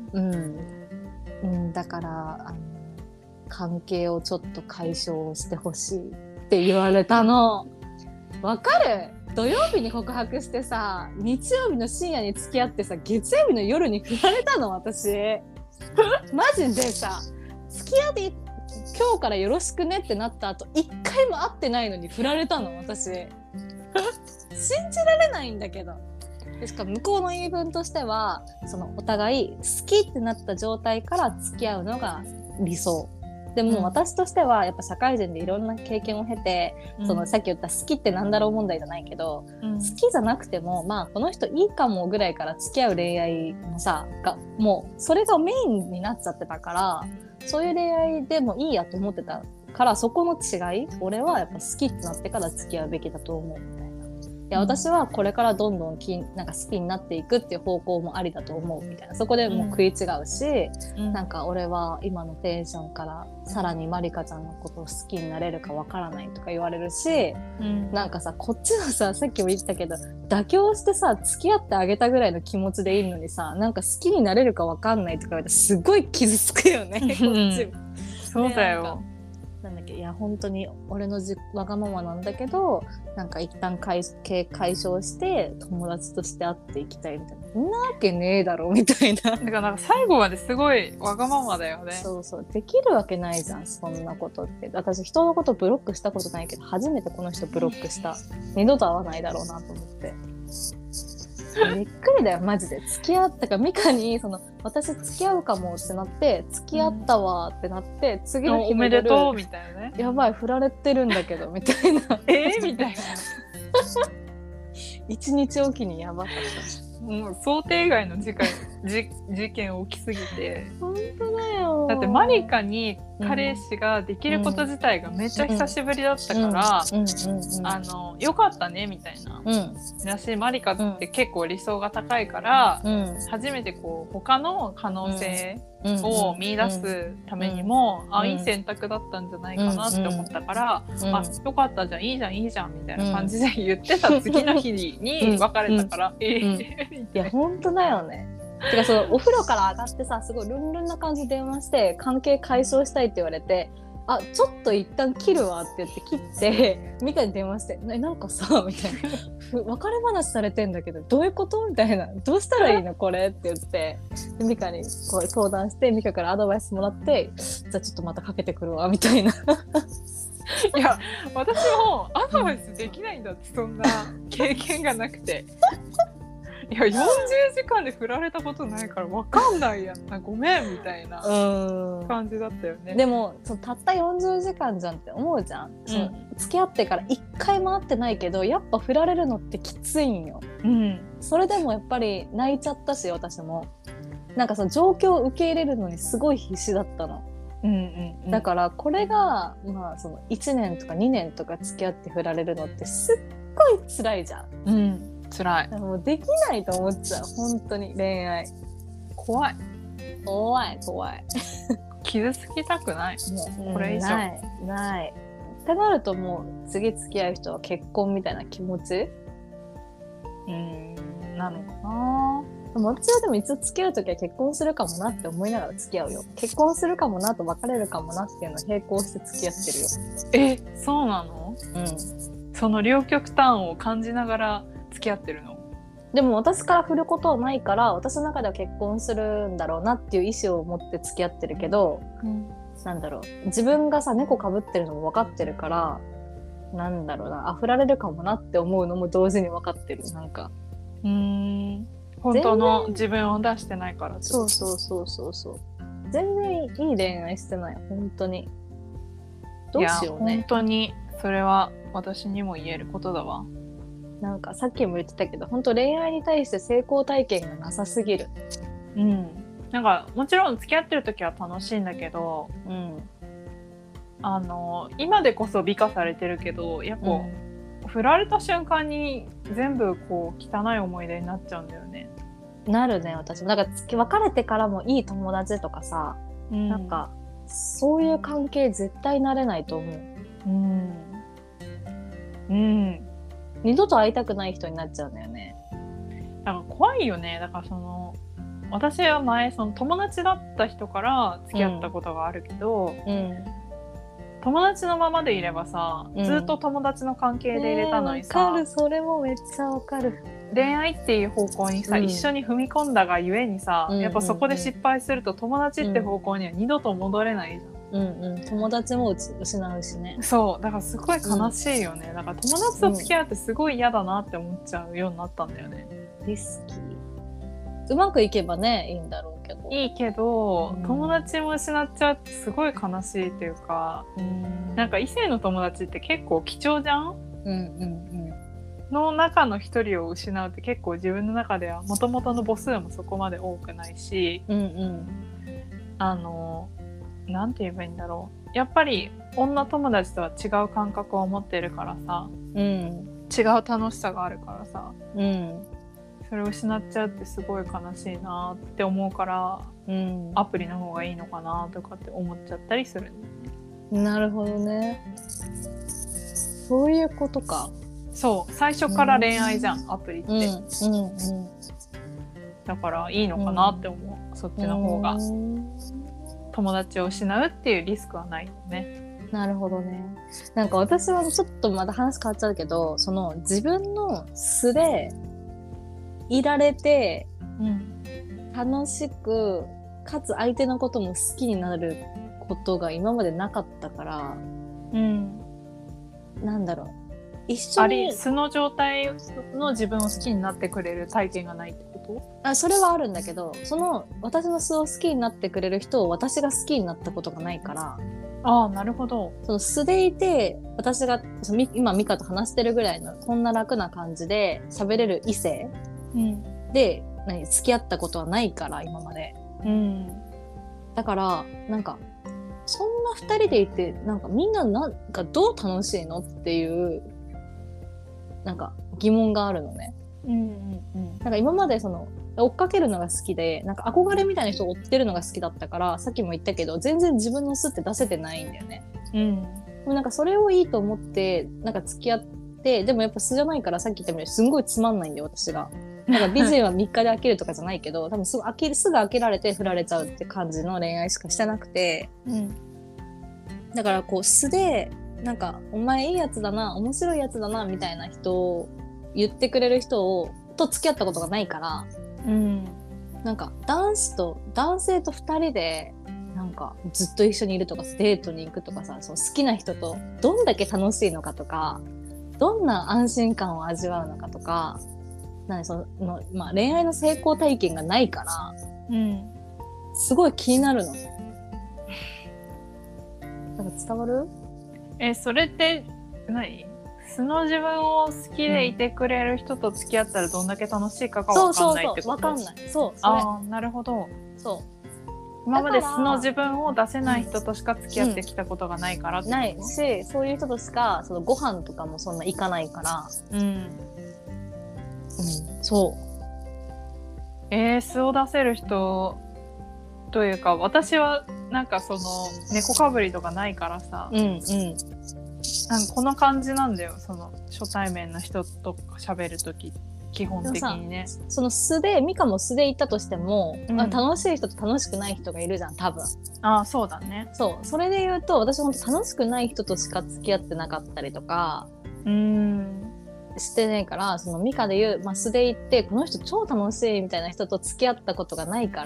[SPEAKER 2] て、だから関係をちょっと解消してほしいって言われたの。わかる？土曜日に告白してさ、日曜日の深夜に付き合ってさ、月曜日の夜に振られたの私マジでさ、付き合って今日からよろしくねってなった後一回も会ってないのに振られたの私信じられないんだけど。しかも向こうの言い分としては、そのお互い好きってなった状態から付き合うのが理想でも、私としてはやっぱ社会人でいろんな経験を経て、そのさっき言った好きってなんだろう問題じゃないけど、好きじゃなくてもこの人いいかもぐらいから付き合う恋愛もさがもうそれがメインになっちゃってたから、そういう恋愛でもいいやと思ってたから、そこの違い、俺はやっぱ好きってなってから付き合うべきだと思うみたいな。いや私はこれからどんどんなんか好きになっていくっていう方向もありだと思うみたいな、そこでもう食い違うし、なんか俺は今のテンションからさらにまりかちゃんのことを好きになれるかわからないとか言われるし、なんかさこっちのさ、さっきも言ったけど妥協してさ付き合ってあげたぐらいの気持ちでいいのにさ、なんか好きになれるかわかんないとか言われてすごい傷つくよねこっちも。
[SPEAKER 1] そうだよ。
[SPEAKER 2] なんだっけ、いや本当に俺のわがままなんだけど、なんか一旦解消して友達として会っていきたいみたいな、そんなわけねえだろみたいな。
[SPEAKER 1] だからなんか最後まですごいわがままだよね。
[SPEAKER 2] そうそう、できるわけないじゃんそんなことって。私人のことブロックしたことないけど、初めてこの人ブロックした。二度と会わないだろうなと思って。びっくりだよマジで。付き合ったからミカに私付き合うかもってなって、付き合ったわってなって、次の日
[SPEAKER 1] おめでとうみたいなね。
[SPEAKER 2] やばい振られてるんだけどみたいな
[SPEAKER 1] みたいな
[SPEAKER 2] 一日おきにやばかった。
[SPEAKER 1] もう想定外の事件起きすぎて。
[SPEAKER 2] 本当だよ。
[SPEAKER 1] だってマリカに彼氏ができること自体がめっちゃ久しぶりだったから、よかったねみたいな、だしマリカって結構理想が高いから、初めてこう他の可能性を見出すためにも、いい選択だったんじゃないかなって思ったから、よかったじゃんいいじゃんいいじゃんみたいな感じで言ってた次の日に別れたから、
[SPEAKER 2] いや本当だよね。てかお風呂から上がってさ、すごいルンルンな感じで電話して関係解消したいって言われて、ちょっと一旦切るわって言って切ってミカに電話して、なんかさみたいな別れ話されてんだけどどういうことみたいな、どうしたらいいのこれって言って、でミカにこう相談して、ミカからアドバイスもらって、じゃあちょっとまたかけてくるわみたいな。
[SPEAKER 1] いや私もアドバイスできないんだって、そんな経験がなくて。いや40時間で振られたことないから分かんないやんな、ごめんみたいな感じだったよね。
[SPEAKER 2] でもたった40時間じゃんって思うじゃん、付き合ってから1回も会ってないけどやっぱ振られるのってきついんよ、それでもやっぱり泣いちゃったし、私もなんか状況を受け入れるのにすごい必死だったの、だからこれが、1年とか2年とか付き合って振られるのってすっごい辛いじゃん、
[SPEAKER 1] 辛い。
[SPEAKER 2] もうできないと思っちゃう本当に。恋愛
[SPEAKER 1] 怖い傷つきたくない、もうこれ以上
[SPEAKER 2] ないってなると、もう次付き合う人は結婚みたいな気持ち
[SPEAKER 1] なのかな。
[SPEAKER 2] 私はでも一応付き合うときは結婚するかもなって思いながら付き合うよ。結婚するかもなと別れるかもなっていうのを並行して付き合ってるよ。
[SPEAKER 1] そうなの？その両極端を感じながら付き合ってるの？
[SPEAKER 2] でも私から振ることはないから、私の中では結婚するんだろうなっていう意思を持って付き合ってるけど、なんだろう、自分がさ猫かぶってるのも分かってるから、なんだろうな、振られるかもなって思うのも同時に分かってる。なんか
[SPEAKER 1] 本当の自分を出してないから。
[SPEAKER 2] そう全然いい恋愛してない本当に。どうしようね。
[SPEAKER 1] 本当にそれは私にも言えることだわ。
[SPEAKER 2] なんかさっきも言ってたけど、本当恋愛に対して成功体験がなさすぎる。
[SPEAKER 1] なんかもちろん付き合ってる時は楽しいんだけど、今でこそ美化されてるけど、やっぱ、振られた瞬間に全部こう汚い思い出になっちゃうんだよね。
[SPEAKER 2] なるね。私もなんか別れてからもいい友達とかさ、なんかそういう関係絶対なれないと思う。二度と会いたくない人になっちゃうんだよね。
[SPEAKER 1] だから怖いよね。だから私は前友達だった人から付き合ったことがあるけど、友達のままでいればさ、ずっと友達の関係でいれたのにさ、
[SPEAKER 2] わかる、それもめっちゃわかる。
[SPEAKER 1] 恋愛っていう方向にさ、一緒に踏み込んだがゆえにさ、やっぱそこで失敗すると友達って方向には二度と戻れないじゃん。
[SPEAKER 2] 友達も失うしね。
[SPEAKER 1] そうだからすごい悲しいよね。だから友達と付き合ってすごい嫌だなって思っちゃうようになったんだよね。
[SPEAKER 2] リスキー。うまくいけばねいいんだろうけど。
[SPEAKER 1] いいけど、友達も失っちゃうってすごい悲しいっていうか、なんか異性の友達って結構貴重じゃん。の中の一人を失うって結構自分の中では元々の母数もそこまで多くないし、なんて言えばいいんだろう。やっぱり女友達とは違う感覚を持ってるからさ、違う楽しさがあるからさ、それを失っちゃうってすごい悲しいなって思うから、アプリの方がいいのかなとかって思っちゃったりするんだよね。
[SPEAKER 2] なるほどね。そういうことか。
[SPEAKER 1] そう最初から恋愛じゃん、アプリって、だからいいのかなって思う、そっちの方が。友達を失うっていうリスクはないよね。
[SPEAKER 2] なるほどね。なんか私はちょっとまた話変わっちゃうけど、その自分の素でいられて、楽しくかつ相手のことも好きになることが今までなかったから、なんだろう、一緒に
[SPEAKER 1] 素の状態の自分を好きになってくれる体験がないってこと？
[SPEAKER 2] それはあるんだけど、その私の素を好きになってくれる人を私が好きになったことがないから。
[SPEAKER 1] ああ、なるほど。
[SPEAKER 2] その素でいて、私が今ミカと話してるぐらいのこんな楽な感じで喋れる異性、で付き合ったことはないから今まで、だからなんかそんな2人でいてなんかみんななんかどう楽しいのっていうなんか疑問があるのね。なんか今までその追っかけるのが好きで、なんか憧れみたいな人を追ってるのが好きだったから、さっきも言ったけど全然自分の素って出せてないんだよね。でもなんかそれをいいと思ってなんか付き合って、でもやっぱ素じゃないから、さっき言ったようにすんごいつまんないんだよ私が。なんか美人は3日で飽きるとかじゃないけど、多分すぐ飽きられて振られちゃうって感じの恋愛しかしてなくて、だからこう素でなんかお前いいやつだな、面白いやつだなみたいな人を言ってくれる人と付き合ったことがないから、なんか男性と2人でなんかずっと一緒にいるとかデートに行くとかさ、その好きな人とどんだけ楽しいのかとか、どんな安心感を味わうのかとか、恋愛の成功体験がないから、すごい気になるの。なんか伝わる？
[SPEAKER 1] それって何？素の自分を好きでいてくれる人と付き合ったらどんだけ楽しいかが分かんないってこと？
[SPEAKER 2] 分かんない。そう。
[SPEAKER 1] ああ、なるほど。
[SPEAKER 2] そう。
[SPEAKER 1] 今まで素の自分を出せない人としか付き合ってきたことがないからってこと？
[SPEAKER 2] ないし、そういう人としかそのご飯とかもそんな行かないから。そう。
[SPEAKER 1] 素を出せる人というか、私はなんかその猫かぶりとかないからさ、なんかこの感じなんだよ、その初対面の人と喋るとき基本的にね。
[SPEAKER 2] その素でミカも素で行ったとしても、楽しい人と楽しくない人がいるじゃん多分。
[SPEAKER 1] ああ、そうだね。
[SPEAKER 2] そうそれで言うと、私本当楽しくない人としか付き合ってなかったりとかしてないから、そのミカで言う、素で行ってこの人超楽しいみたいな人と付き合ったことがないから。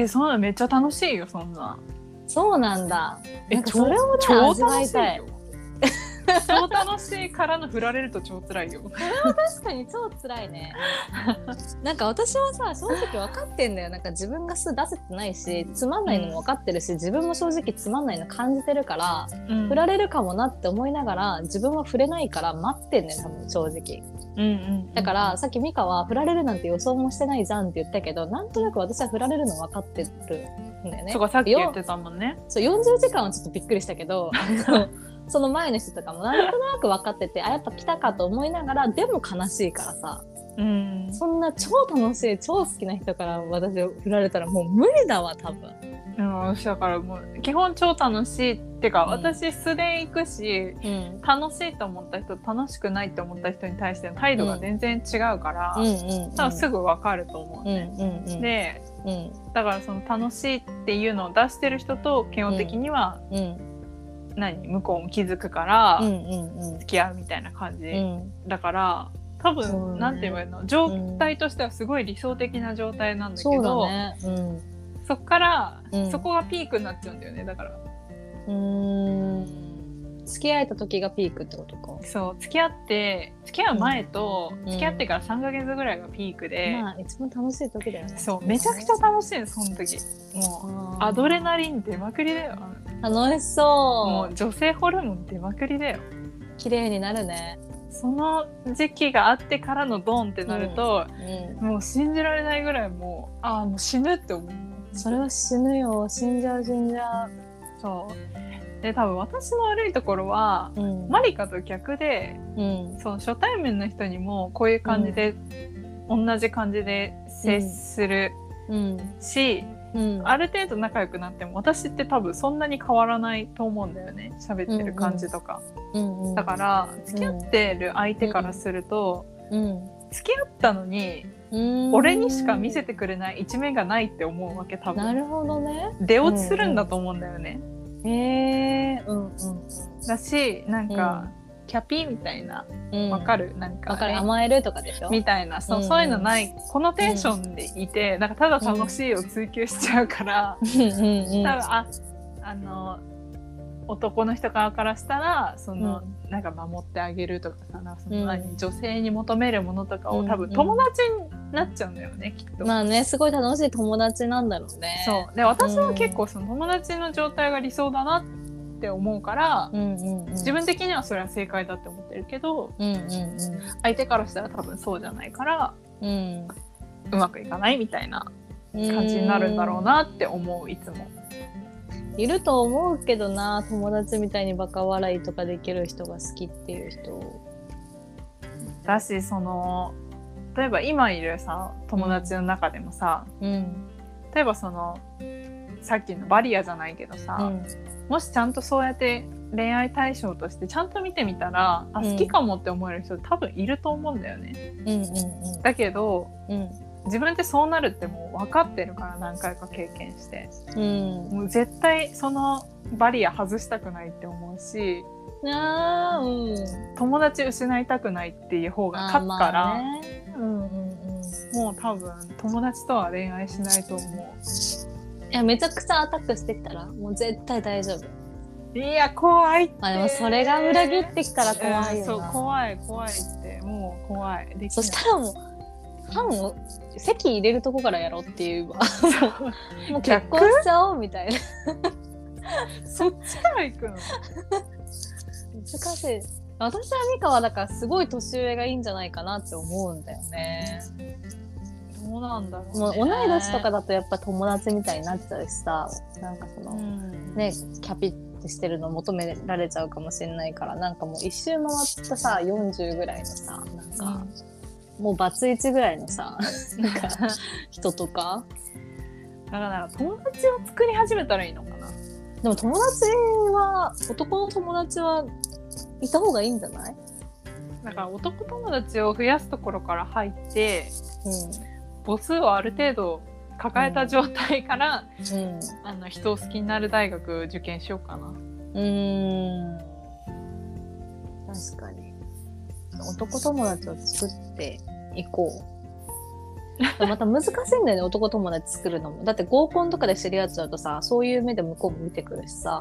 [SPEAKER 1] そんなめっちゃ楽しいよそんな。
[SPEAKER 2] そうなんだ。なんかそれをね味わいたい。
[SPEAKER 1] 超楽しいからの振られると超辛いよ。
[SPEAKER 2] それは確かに超辛いね。なんか私はさ、正直分かってんだよ。なんか自分が素出せてないし、つまんないのも分かってるし、自分も正直つまんないの感じてるから、振られるかもなって思いながら自分は触れないから待ってんねん多分正直。だからさっきミカは振られるなんて予想もしてないじゃんって言ったけど、なんとなく私は振られるの分かってるんだよね。
[SPEAKER 1] そうか、さっき言ってたもんね。
[SPEAKER 2] そう、40時間はちょっとびっくりしたけどその前の人とかもなんとなく分かってて、やっぱ来たかと思いながら、でも悲しいからさ、そんな超楽しい超好きな人から私振られたらもう無理だわ多分。
[SPEAKER 1] だからもう基本超楽しいってか、私素で行くし、楽しいと思った人楽しくないと思った人に対しての態度が全然違うから、多分すぐ分かると思うね。で、だからその楽しいっていうのを出してる人と基本的には、向こうも気づくから付き合うみたいな感じ、だから多分、なんて言えばいいの、状態としてはすごい理想的な状態なんだけど、そっから、そこがピークになっちゃうんだよね。だから
[SPEAKER 2] 付き合えた時がピークってことか。
[SPEAKER 1] そう、付き合う前と、付き合ってから3ヶ月ぐらいがピークで、
[SPEAKER 2] 一番楽しい時だよね。
[SPEAKER 1] そう、めちゃくちゃ楽しいのその時。もうアドレナリン出まくりだよ。
[SPEAKER 2] 楽しそう。
[SPEAKER 1] もう女性ホルモン出まくりだよ。
[SPEAKER 2] 綺麗になるね。
[SPEAKER 1] その時期があってからのドンってなると、もう信じられないぐらいもう死ぬって思う。
[SPEAKER 2] それは死ぬよ。死んじゃう。
[SPEAKER 1] そうで、多分私の悪いところは、マリカと逆で、その初対面の人にもこういう感じで、同じ感じで接するし、ある程度仲良くなっても私って多分そんなに変わらないと思うんだよね、喋ってる感じとか。だから付き合ってる相手からすると、付き合ったのに俺にしか見せてくれない一面がないって思うわけ多分。
[SPEAKER 2] なるほどね。
[SPEAKER 1] 出落ちするんだと思うんだよね。 だし、なんか、キャピーみたいな、わかる？なんか、
[SPEAKER 2] わかる、甘えるとかでしょ？
[SPEAKER 1] みたいな、そういうのない、このテンションでいて、なんかただ楽しいを追求しちゃうから、多分男の人側からしたらなんか守ってあげるとかさ、なんか女性に求めるものとかを多分友達になっちゃうんだよね、きっと。
[SPEAKER 2] まあね、すごい楽しい友達なんだろうね。
[SPEAKER 1] そうで、私は結構その友達の状態が理想だなって思うから、自分的にはそれは正解だって思ってるけど、相手からしたら多分そうじゃないから、うまくいかないみたいな感じになるんだろうなって思う、いつも。
[SPEAKER 2] いると思うけどな、友達みたいにバカ笑いとかできる人が好きっていう人
[SPEAKER 1] だし、例えば今いるさ友達の中でもさ、例えばさっきのバリアじゃないけどさ、もしちゃんとそうやって恋愛対象としてちゃんと見てみたら、好きかもって思える人多分いると思うんだよね。だけど、自分ってそうなるってもう分かってるから、何回か経験して、もう絶対そのバリア外したくないって思うし、友達失いたくないっていう方が勝つから、もう多分友達とは恋愛しないと思う。
[SPEAKER 2] いや、めちゃくちゃアタックしてきたらもう絶対大丈夫。
[SPEAKER 1] いや、怖いって。
[SPEAKER 2] でもそれが裏切ってきたら怖いよな。
[SPEAKER 1] そう、怖いって、もう怖い。
[SPEAKER 2] そしたらもうファンを籍入れるとこからやろうっていうわ。もう結婚しちゃおうみたいな。
[SPEAKER 1] そっちから行くの？
[SPEAKER 2] 難しい。私はミカはだからすごい年上がいいんじゃないかなって思うんだよね。
[SPEAKER 1] どうなんだろうね。
[SPEAKER 2] もう同い年とかだとやっぱ友達みたいになっちゃうしさ、なんかね、キャピってしてるの求められちゃうかもしれないから、なんかもう一周回ったさ40ぐらいのさ、なんか、もうバツイチぐらいのさ、なんか人とか
[SPEAKER 1] だから友達を作り始めたらいいのかな。
[SPEAKER 2] でも男の友達はいた方がいいんじゃない？
[SPEAKER 1] だから男友達を増やすところから入って、母数をある程度抱えた状態から、人を好きになる大学受験しようかな。
[SPEAKER 2] 確かに男友達を作っていこう。また難しいんだよね、男友達作るのも。だって合コンとかで知り合っちゃうとさ、そういう目で向こうも見てくるしさ、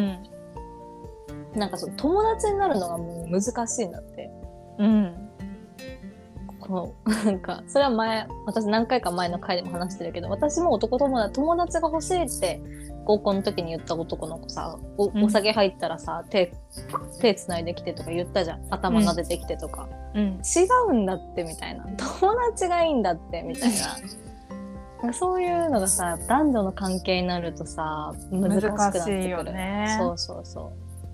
[SPEAKER 2] なんか友達になるのがもう難しいんだって。なんかそれは私何回か前の回でも話してるけど、私も友達が欲しいって合コンの時に言った男の子さ、お酒入ったらさ、手つないできてとか言ったじゃん。頭撫でてきてとか、違うんだってみたいな、友達がいいんだってみたいな。そういうのがさ、男女の関係になるとさ、難しくなってくるよね。そう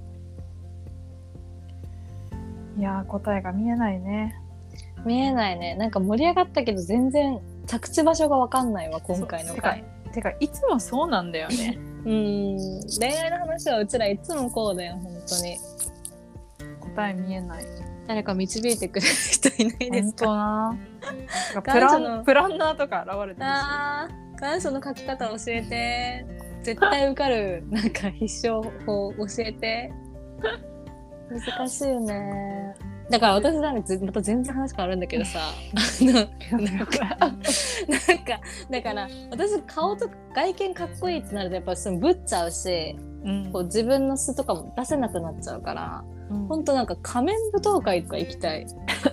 [SPEAKER 1] いや、答えが見えないね。
[SPEAKER 2] 見えないね。なんか盛り上がったけど全然着地場所が分かんないわ、今回の回。
[SPEAKER 1] てかいつもそうなんだよね。
[SPEAKER 2] 恋愛の話はうちらいつもこうだよ、本当に。
[SPEAKER 1] 答え見えない。
[SPEAKER 2] 誰か導いてくれる人いないですか？
[SPEAKER 1] 本当な。プランナーとか現れてるし。
[SPEAKER 2] 願書の書き方教えて。絶対受かるなんか必勝法教えて。難しいよね。だから私なんかまた全然話変わるんだけどさ、なんかだから私顔と外見かっこいいってなるとやっぱりぶっちゃうし、こう自分の素とかも出せなくなっちゃうから、ほんとなんか仮面舞踏会とか行きたい。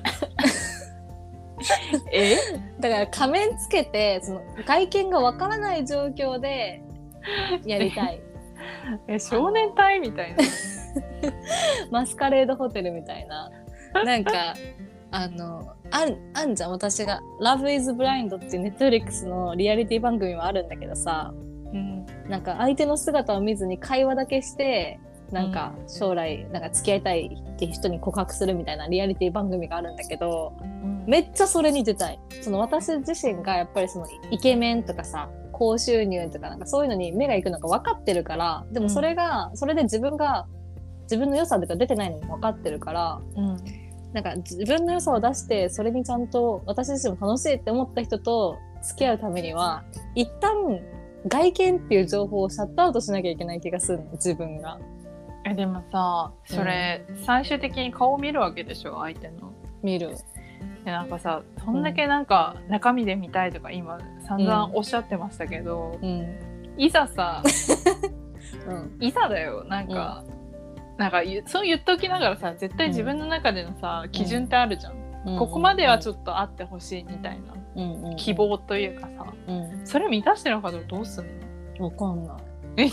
[SPEAKER 2] だから仮面つけて外見がわからない状況でやりたい。
[SPEAKER 1] 少年隊みたいな。
[SPEAKER 2] マスカレードホテルみたいな。なんかあんじゃん、私が Love is Blind っていう Netflix のリアリティ番組もあるんだけどさ、なんか相手の姿を見ずに会話だけしてなんか将来なんか付き合いたいって人に告白するみたいなリアリティ番組があるんだけど、めっちゃそれに出たい。私自身がやっぱりイケメンとかさ、高収入とかなんかそういうのに目がいくのが分かってるから、でもそれで自分の良さとか出てないのも分かってるから、なんか自分の良さを出してそれにちゃんと私自身も楽しいって思った人と付き合うためには一旦外見っていう情報をシャットアウトしなきゃいけない気がするの、自分が。
[SPEAKER 1] でもさ、それ、最終的に顔を見るわけでしょ、相手の。
[SPEAKER 2] 見る。
[SPEAKER 1] でなんかさ、そんだけなんか中身で見たいとか今散々おっしゃってましたけど、いざさ、いざだよ、なんかそう言っときながらさ、絶対自分の中でのさ、基準ってあるじゃん、ここまではちょっとあってほしいみたいな、希望というかさ、それ満たしてるのかどうすん
[SPEAKER 2] の？わかんない。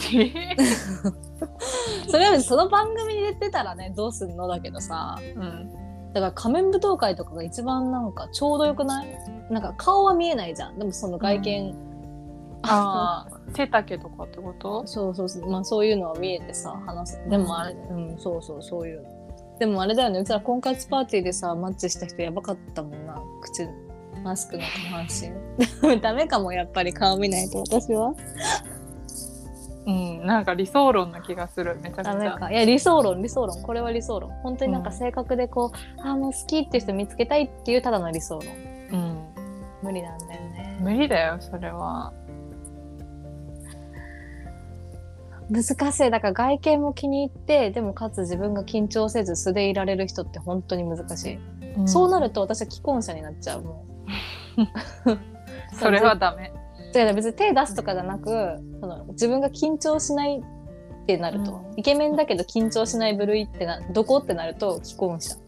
[SPEAKER 2] それはその番組に出てたらね、どうすんのだけどさ、だから仮面舞踏会とかが一番なんかちょうどよくない？なんか顔は見えないじゃん。でもその外見、
[SPEAKER 1] 背丈とかってこと？
[SPEAKER 2] そうそうそう、まあそういうのは見えてさ、話す。でもあれ、そうそう、そういうの。でもあれだよね、うちら婚活パーティーでさ、マッチした人やばかったもんな、マスクの下半身。ダメかも、やっぱり顔見ないと、私は。
[SPEAKER 1] なんか理想論な気がする、めちゃくちゃ。ダメか。
[SPEAKER 2] いや、理想論、これは理想論。本当になんか性格でこう、もう好きっていう人見つけたいっていうただの理想論。無理なんだよね。
[SPEAKER 1] 無理だよ、それは。
[SPEAKER 2] 難しい。だから外見も気に入って、でもかつ自分が緊張せず素でいられる人って本当に難しい。そうなると私は既婚者になっちゃう、もう。
[SPEAKER 1] それはダメ。
[SPEAKER 2] 別に手出すとかじゃなく、自分が緊張しないってなると、イケメンだけど緊張しない部類ってどこってなると既婚者。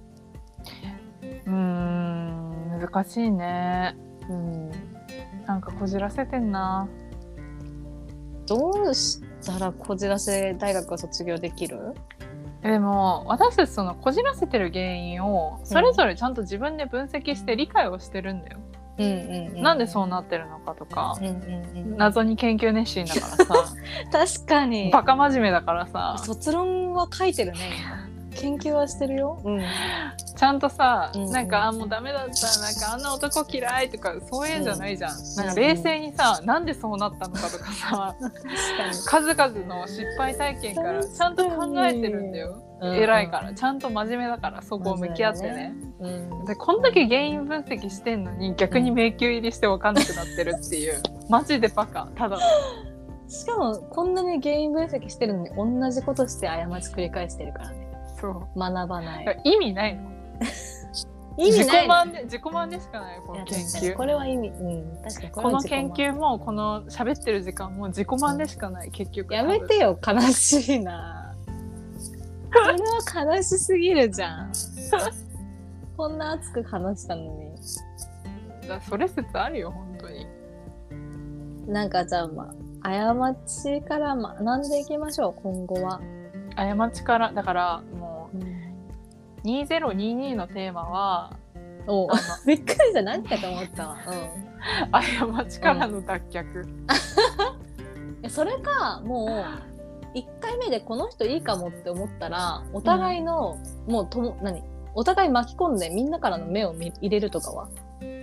[SPEAKER 1] 難しいね。なんかこじらせてんな。
[SPEAKER 2] どうしたらこじらせ大学を卒業できる？
[SPEAKER 1] でも私たちそのこじらせてる原因をそれぞれちゃんと自分で分析して理解をしてるんだよ。なんでそうなってるのかとか、謎に研究熱心だからさ。
[SPEAKER 2] 確かに
[SPEAKER 1] バカ真面目だからさ。
[SPEAKER 2] 卒論は書いてるね。研究はしてるよ。
[SPEAKER 1] ちゃんとさ、なんかもうダメだった、なんかあんな男嫌いとかそういうんじゃないじゃん。なんか冷静にさ、なんでそうなったのかとかさ、数々の失敗体験からちゃんと考えてるんだよ。偉いから、ちゃんと真面目だから、そこを向き合ってね。でこんだけ原因分析してんのに逆に迷宮入りして分かんなくなってるっていう、マジでバカ。ただ
[SPEAKER 2] しかもこんなに原因分析してるのに同じことして過ち繰り返してるからね。
[SPEAKER 1] そう
[SPEAKER 2] 学ばない。
[SPEAKER 1] 意味ないの。意味ないの。自己満でしかない、この研究。これは意味、確かにこの研究もこの喋ってる時間も自己満でしかない、結局。
[SPEAKER 2] やめてよ、悲しいな。それは悲しすぎるじゃん。こんな熱く話したのに。
[SPEAKER 1] それ説あるよ、本当に。
[SPEAKER 2] なんかじゃあ過ちから学んでいきましょう、今後は。
[SPEAKER 1] 過ちから、だからもう、2022のテーマは、
[SPEAKER 2] びっくりした、何かと思ったわ。
[SPEAKER 1] 過ちからの脱却。
[SPEAKER 2] それか、もう1回目でこの人いいかもって思ったら、お互いの、もうお互い巻き込んでみんなからの目を入れるとかは。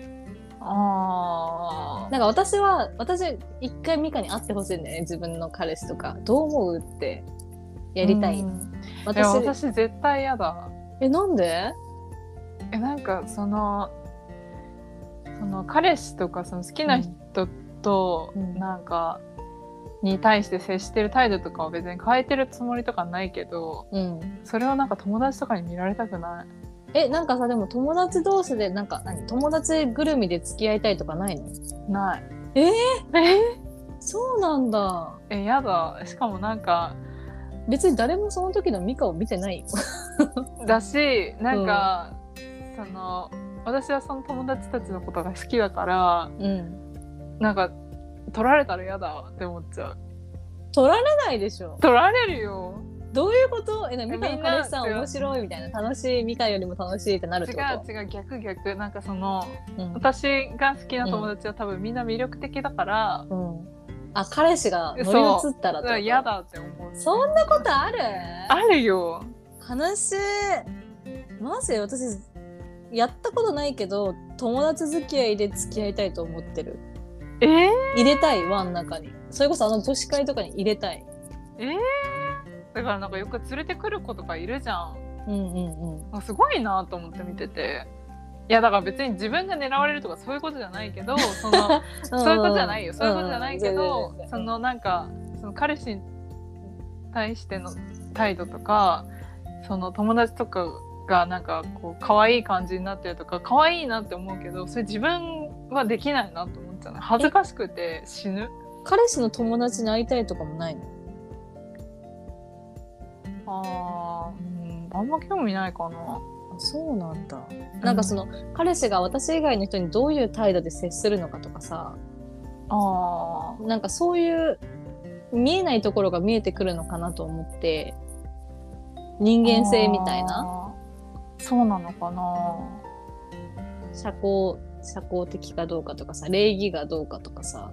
[SPEAKER 2] なんか私一回ミカに会ってほしいんだよね、自分の彼氏とか。どう思うってやりたい。
[SPEAKER 1] 私絶対嫌だ。
[SPEAKER 2] なんで？
[SPEAKER 1] なんかその彼氏とかその好きな人となんかに対して接してる態度とかは別に変えてるつもりとかないけど、それをなんか友達とかに見られたくない。
[SPEAKER 2] なんかさ、でも友達同士でなんか友達ぐるみで付き合いたいとかないの？
[SPEAKER 1] ない。
[SPEAKER 2] そうなんだ。
[SPEAKER 1] やだ。しかもなんか
[SPEAKER 2] 別に誰もその時のミカを見てないよ。
[SPEAKER 1] だし、なんか、私はその友達たちのことが好きだから、なんか取られたら嫌だって思っちゃう。
[SPEAKER 2] 取られないでしょ。
[SPEAKER 1] 取られるよ。
[SPEAKER 2] どういうこと？ミカの彼氏さん面白いみたいな、楽しい、ミカよりも楽しいってなるってこと？
[SPEAKER 1] 違う、逆。なんか私が好きな友達は多分みんな魅力的だから、
[SPEAKER 2] 彼氏が乗り移ったらってこと？
[SPEAKER 1] 嫌だって思う。
[SPEAKER 2] そんなことある？
[SPEAKER 1] あるよ。
[SPEAKER 2] 悲しい。マジ？私やったことないけど友達付き合いで付き合いたいと思ってる。入れたい、輪の中に。それこそ女子会とかに入れたい。
[SPEAKER 1] だからなんかよく連れてくる子とかいるじゃん。すごいなと思って見てて。 いやだから別に自分が狙われるとかそういうことじゃないけどそういうことじゃないよ、そういうことじゃないけど、そのなんかその彼氏に対しての態度とか、その友達とかがなんかこう可愛い感じになってるとか可愛いなって思うけど、それ自分はできないなと思っちゃう。恥ずかしくて死ぬ。
[SPEAKER 2] 彼氏の友達に会いたいとかもないの？
[SPEAKER 1] あんま興味ないかな。
[SPEAKER 2] そうなんだ。なんかその、彼氏が私以外の人にどういう態度で接するのかとかさ、なんかそういう見えないところが見えてくるのかなと思って、人間性みたいな。
[SPEAKER 1] そうなのかな。
[SPEAKER 2] 社交的かどうかとかさ、礼儀がどうかとかさ。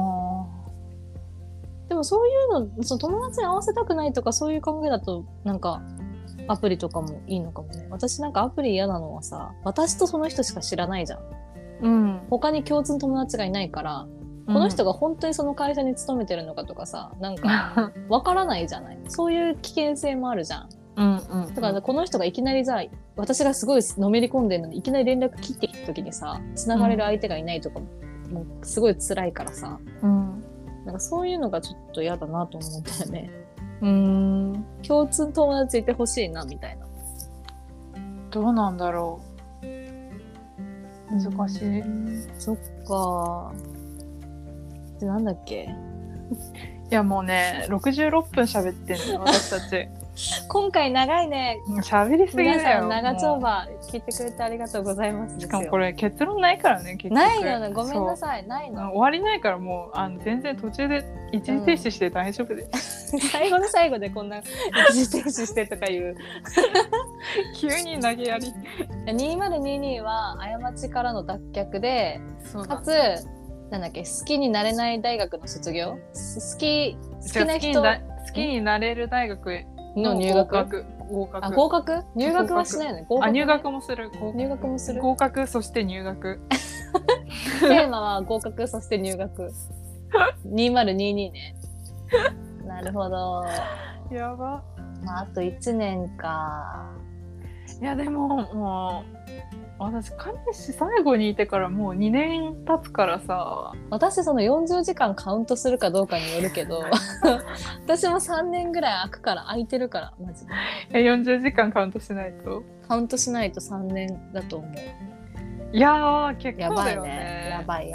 [SPEAKER 2] でもそういうの、その友達に合わせたくないとかそういう考えだとなんかアプリとかもいいのかもね。私なんかアプリ嫌なのはさ、私とその人しか知らないじゃん。他に共通の友達がいないから、この人が本当にその会社に勤めてるのかとかさ、なんかわからないじゃない。そういう危険性もあるじゃん。だからこの人がいきなりさ、私がすごいのめり込んでるのにいきなり連絡切ってきた時にさ、繋がれる相手がいないとかもうすごい辛いからさ、なんかそういうのがちょっと嫌だなと思ったよね。共通の友達いてほしいなみたいな。
[SPEAKER 1] どうなんだろう。難しい。
[SPEAKER 2] そっか。でなんだっけ。
[SPEAKER 1] いやもうね66分喋ってんの私たち。
[SPEAKER 2] 今回長いね。
[SPEAKER 1] 喋りすぎだよ。
[SPEAKER 2] 皆さん長丁場聞いてくれてありがとうございます。
[SPEAKER 1] しかもこれ結論ないからね。結局
[SPEAKER 2] ないのね。ごめんなさい。ないの。
[SPEAKER 1] 終わりないからもう全然途中で一時停止して大丈夫で。
[SPEAKER 2] 最後の最後でこんな一時停止してとか言う。
[SPEAKER 1] 急に投げやり。
[SPEAKER 2] 2022は過ちからの脱却で、かつなんだっけ、好きになれない大学の卒業、好きな人
[SPEAKER 1] 好きになれる大学
[SPEAKER 2] の入学。合格？入学はしないよね。
[SPEAKER 1] 入学もする。
[SPEAKER 2] 入学もする。
[SPEAKER 1] 合格そして入学。
[SPEAKER 2] テーマは合格そして入学。2022ね。なるほど。
[SPEAKER 1] やば。
[SPEAKER 2] まああと1年か。
[SPEAKER 1] いやでももう私彼氏最後にいてからもう2年経つからさ。
[SPEAKER 2] 私その40時間カウントするかどうかによるけど私も3年ぐらい空くから空いてるからマジで。
[SPEAKER 1] 40時間カウントしないと
[SPEAKER 2] カウントしないと3年だと思う。
[SPEAKER 1] いやー結構だよね。
[SPEAKER 2] やばい。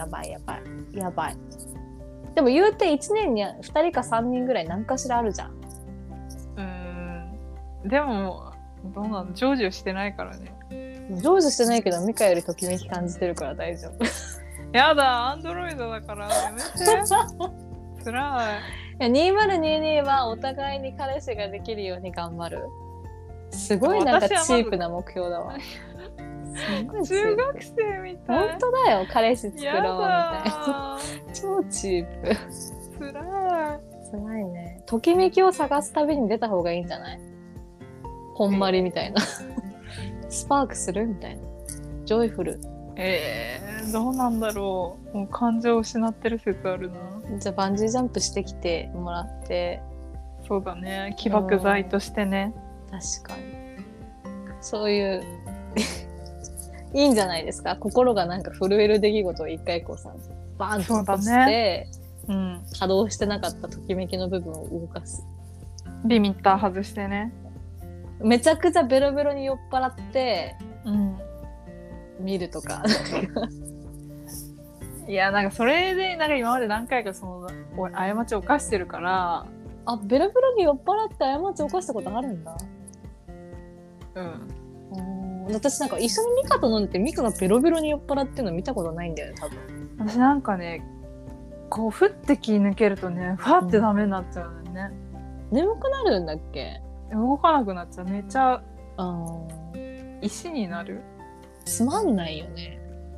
[SPEAKER 2] でも言うて1年に2人か3人ぐらい何かしらあるじゃん。
[SPEAKER 1] でもどうなの、成就してないからね。
[SPEAKER 2] 成就してないけどミカよりときめき感じてるから大丈夫。
[SPEAKER 1] やだ、アンドロイドだからやめて。つら
[SPEAKER 2] い。2022はお互いに彼氏ができるように頑張る。すごいなんかチープな目標だわ。
[SPEAKER 1] 中学生みたい。
[SPEAKER 2] 本当だよ、彼氏作ろうみたいな。超チープ。
[SPEAKER 1] つら
[SPEAKER 2] いね。ときめきを探す旅に出た方がいいんじゃない？こんまりみたいな。スパークするみたいな。ジョイフル。
[SPEAKER 1] どうなんだろう。もう感情を失ってる説あるな。
[SPEAKER 2] じゃあバンジージャンプしてきてもらって。
[SPEAKER 1] そうだね。起爆剤としてね。
[SPEAKER 2] 確かに。そういういいんじゃないですか。心がなんか震える出来事を一回こうさ、バーンと起こして、稼働してなかったときめきの部分を動かす。
[SPEAKER 1] リミッター外してね。
[SPEAKER 2] めちゃくちゃベロベロに酔っ払って、見るとか。
[SPEAKER 1] いやなんかそれでなんか今まで何回かその過ちを犯してるから。
[SPEAKER 2] あ、ベロベロに酔っ払って過ちを犯したことあるんだ。私なんか一緒にミカと飲んでてミカがベロベロに酔っ払ってるの見たことないんだよね多分。
[SPEAKER 1] 私なんかねこうふって気抜けるとねファってダメになっちゃうんだよね。
[SPEAKER 2] 眠くなるんだっけ？
[SPEAKER 1] 動かなくなっちゃう。寝ちゃう。石になる。
[SPEAKER 2] つまんないよね。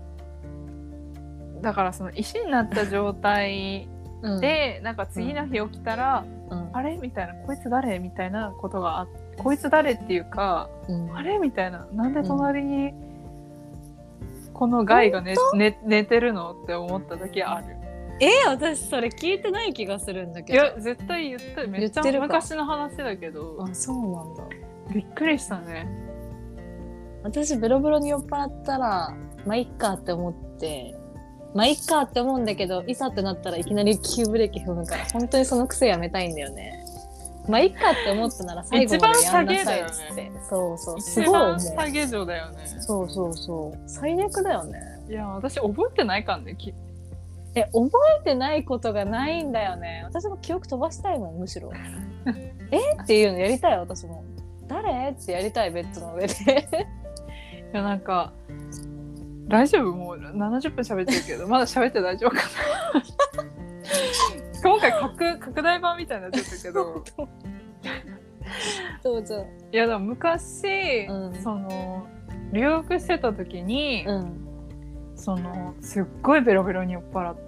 [SPEAKER 1] だからその石になった状態で、なんか次の日起きたら、あれみたいな、こいつ誰みたいなことがあって、こいつ誰っていうか、あれみたいな、なんで隣にこのガイが寝てるのって思った時ある。
[SPEAKER 2] 私それ聞いてない気がするんだけど。
[SPEAKER 1] いや絶対言ったよ。めっちゃ昔の話だけど。
[SPEAKER 2] あ、そうなんだ。
[SPEAKER 1] びっくりしたね。
[SPEAKER 2] 私ベロベロに酔っ払ったらまあいっかって思ってまあいっかって思うんだけど、いざってなったらいきなり急ブレーキ踏むから本当にその癖やめたいんだよね。まあいっかって思ったなら最後までやんなさいっつって。そうそう、すごい思う。
[SPEAKER 1] 一番下げ女だよね。
[SPEAKER 2] そうそうそう、最悪だよね。
[SPEAKER 1] いや私覚えてないからね。
[SPEAKER 2] 覚えてないことがないんだよね。私も記憶飛ばしたいもん、むしろっていうのやりたい。私も誰ってやりたい、ベッドの上で
[SPEAKER 1] いやなんか大丈夫、もう70分喋ってるけどまだ喋って大丈夫かな今回拡大版みたいになっちゃったけど
[SPEAKER 2] どうぞ。
[SPEAKER 1] いやでも昔、その留学してた時に、そのすっごいベロベロに酔っ払って、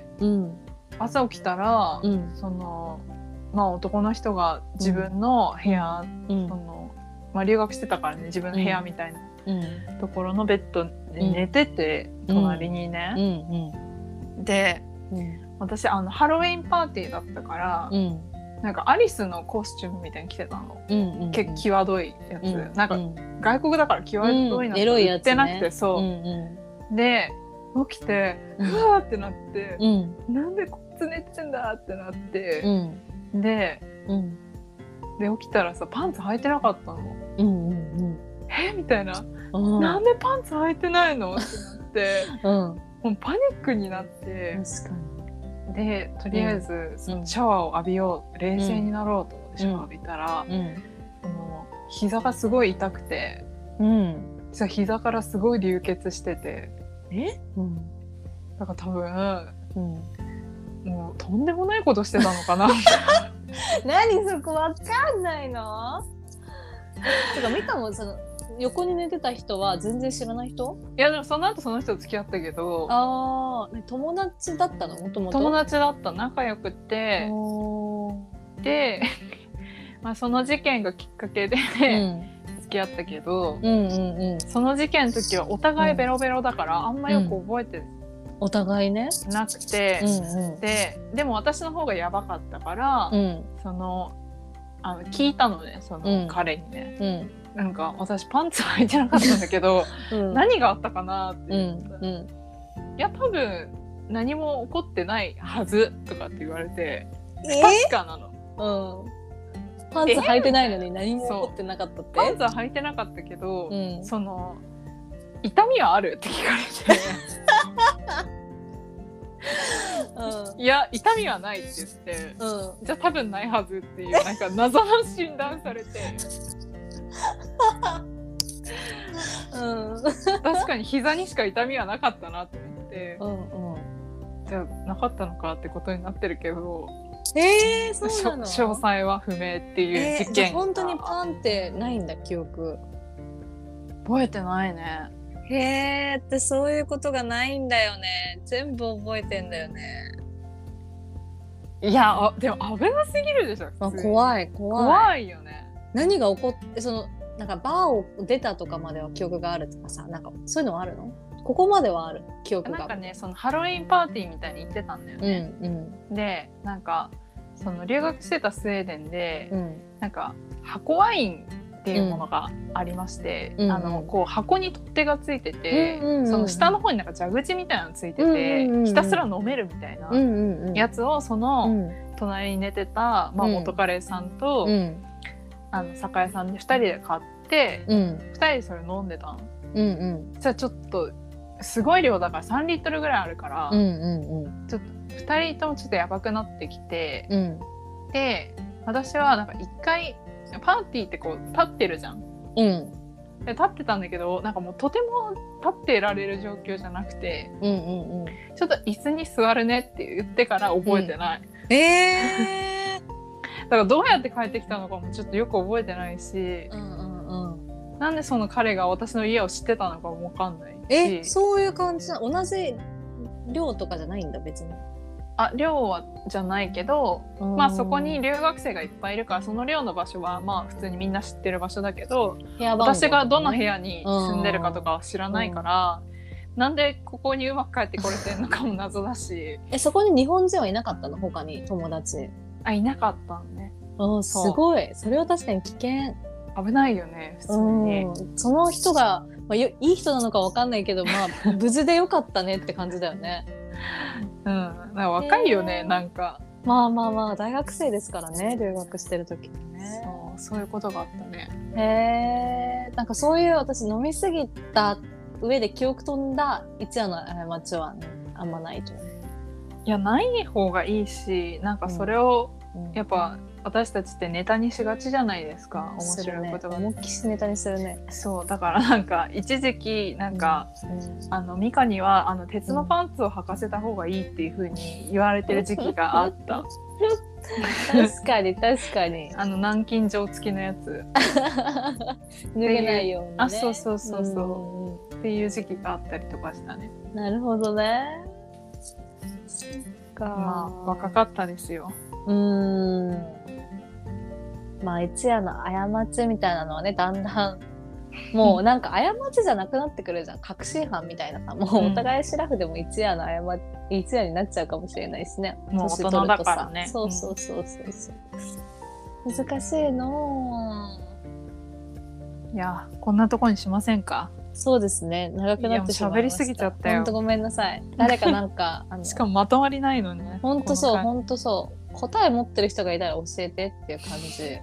[SPEAKER 1] 朝起きたら、そのまあ男の人が自分の部屋、そのまあ留学してたからね、自分の部屋みたいな、ところのベッドで寝てて、隣にね、で、私ハロウィンパーティーだったから、なんかアリスのコスチュームみたいに着てたの、結構際どいやつ、なんか外国だから際どいのって言ってなくて、そうで起きてうわーってなって、なんでこいつ寝てんだってなって、で起きたらさパンツ履いてなかったの、みたいな、なんでパンツ履いてないのってなって、もうパニックになって、
[SPEAKER 2] 確かに。
[SPEAKER 1] でとりあえずそのシャワーを浴びよう、冷静になろうと思ってシャワー浴びたら、その膝がすごい痛くて、膝からすごい流血してて、だから多分、もうとんでもないことしてたのかな
[SPEAKER 2] 何そこわかんないの？てか見たもん、その横に寝てた人は全然知らない人？
[SPEAKER 1] いやでもその後その人と付き合ったけど。
[SPEAKER 2] 友達だったの？もともと
[SPEAKER 1] 友達だった、仲良くて、でまあその事件がきっかけで、付き合ったけど、その事件の時はお互いベロベロだから、あんまよく覚えて
[SPEAKER 2] お互いね
[SPEAKER 1] なくて、でも私の方がやばかったから、その聞いたのね、その彼にね、なんか私パンツ履いてなかったんだけど、何があったかなって言ったら、いや多分何も起こってないはずとかって言われて、確かなの、
[SPEAKER 2] パンツ履いてないのに何も起こってなかったって？
[SPEAKER 1] パンツは履いてなかったけど、その痛みはあるって聞かれていや痛みはないって言って、じゃあ多分ないはずっていうなんか謎の診断されて確かに膝にしか痛みはなかったなって思って、じゃあなかったのかってことになってるけど、
[SPEAKER 2] そうなの？
[SPEAKER 1] 詳細は不明っていう事件が、
[SPEAKER 2] 本当にパンってないんだ、記憶
[SPEAKER 1] 覚えてないね。
[SPEAKER 2] ってそういうことがないんだよね。全部覚えてんだよね。
[SPEAKER 1] いやでも危なすぎるでしょ。
[SPEAKER 2] 怖い
[SPEAKER 1] よね。
[SPEAKER 2] 何が起こって、そのなんかバーを出たとかまでは記憶があるとかさ、なんかそういうのはあるの？ここまではある記憶が。
[SPEAKER 1] なんかね、そのハロウィンパーティーみたいに行ってたんだよね、でなんかその留学してたスウェーデンで、なんか箱ワインっていうものがありまして、こう箱に取っ手がついてて、その下の方になんか蛇口みたいなのついてて、ひたすら飲めるみたいなやつを、その隣に寝てた、元彼さんと、酒屋さんで2人で買って、2人でそれ飲んでたの。じゃあちょっとすごい量だから3リットルぐらいあるから、ちょっと2人ともちょっとやばくなってきて、で私はなんか1回パーティーってこう立ってるじゃん、で立ってたんだけど、なんかもうとても立ってられる状況じゃなくて、ちょっと椅子に座るねって言ってから覚えてない、だからどうやって帰ってきたのかもちょっとよく覚えてないし、なんでその彼が私の家を知ってたのかも分かんないし。
[SPEAKER 2] そういう感じな、同じ寮とかじゃないんだ別に。
[SPEAKER 1] 寮はじゃないけど、そこに留学生がいっぱいいるから、その寮の場所は普通にみんな知ってる場所だけど、私がどの部屋に住んでるかとかは知らないから、なんでここにうまく帰ってこれてんのかも謎だし
[SPEAKER 2] そこに日本人はいなかったの？他に友達。
[SPEAKER 1] いなかったのね。
[SPEAKER 2] すごい。それは確かに危険。
[SPEAKER 1] 危ないよね普通に。
[SPEAKER 2] その人が、いい人なのかわかんないけど、無事でよかったねって感じだよね。
[SPEAKER 1] なんか若いよね、なんか。
[SPEAKER 2] まあ大学生ですからね、留学してる時にね。
[SPEAKER 1] そういうことがあったね。
[SPEAKER 2] なんかそういう私飲みすぎた上で記憶飛んだ一夜の過ちは、ね、あんまないと思う。
[SPEAKER 1] いやない方がいいし、なんかそれを、やっぱ私たちってネタにしがちじゃないですか、面白いことが。
[SPEAKER 2] 思いっきしネタにするね。
[SPEAKER 1] そうだからなんか一時期なんか、ミカには鉄のパンツを履かせた方がいいっていう風に言われてる時期があった。
[SPEAKER 2] 確かに確かに。
[SPEAKER 1] 南京錠付きのやつ
[SPEAKER 2] 脱げないようにね。
[SPEAKER 1] そうっていう時期があったりとかしたね。
[SPEAKER 2] なるほどね。
[SPEAKER 1] 若かったですよ。
[SPEAKER 2] 一夜の過ちみたいなのはね、だんだんもうなんか過ちじゃなくなってくるじゃん。確信犯みたいなさ、もうお互いシラフでも一夜になっちゃうかもしれないしね。
[SPEAKER 1] もう大人だからね。
[SPEAKER 2] そう。難しいの。
[SPEAKER 1] いや、こんなとこにしませんか。
[SPEAKER 2] そうですね、長くなってしまいました。
[SPEAKER 1] 喋りすぎちゃったよ。
[SPEAKER 2] ほんとごめんなさい。誰かなんか
[SPEAKER 1] しかもまとまりないのね。
[SPEAKER 2] ほんとそう。答え持ってる人がいたら教えてっていう感じ。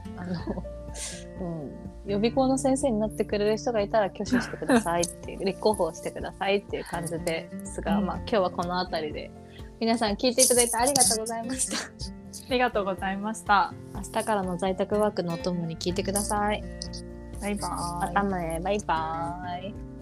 [SPEAKER 2] 予備校の先生になってくれる人がいたら挙手してくださいっていう立候補してくださいっていう感じですが、今日はこの辺りで皆さん聞いていただいてありがとうございました。
[SPEAKER 1] ありがとうございました。
[SPEAKER 2] 明日からの在宅ワークのお供に聞いてください。
[SPEAKER 1] バイバーイ。
[SPEAKER 2] またね、バイバーイ。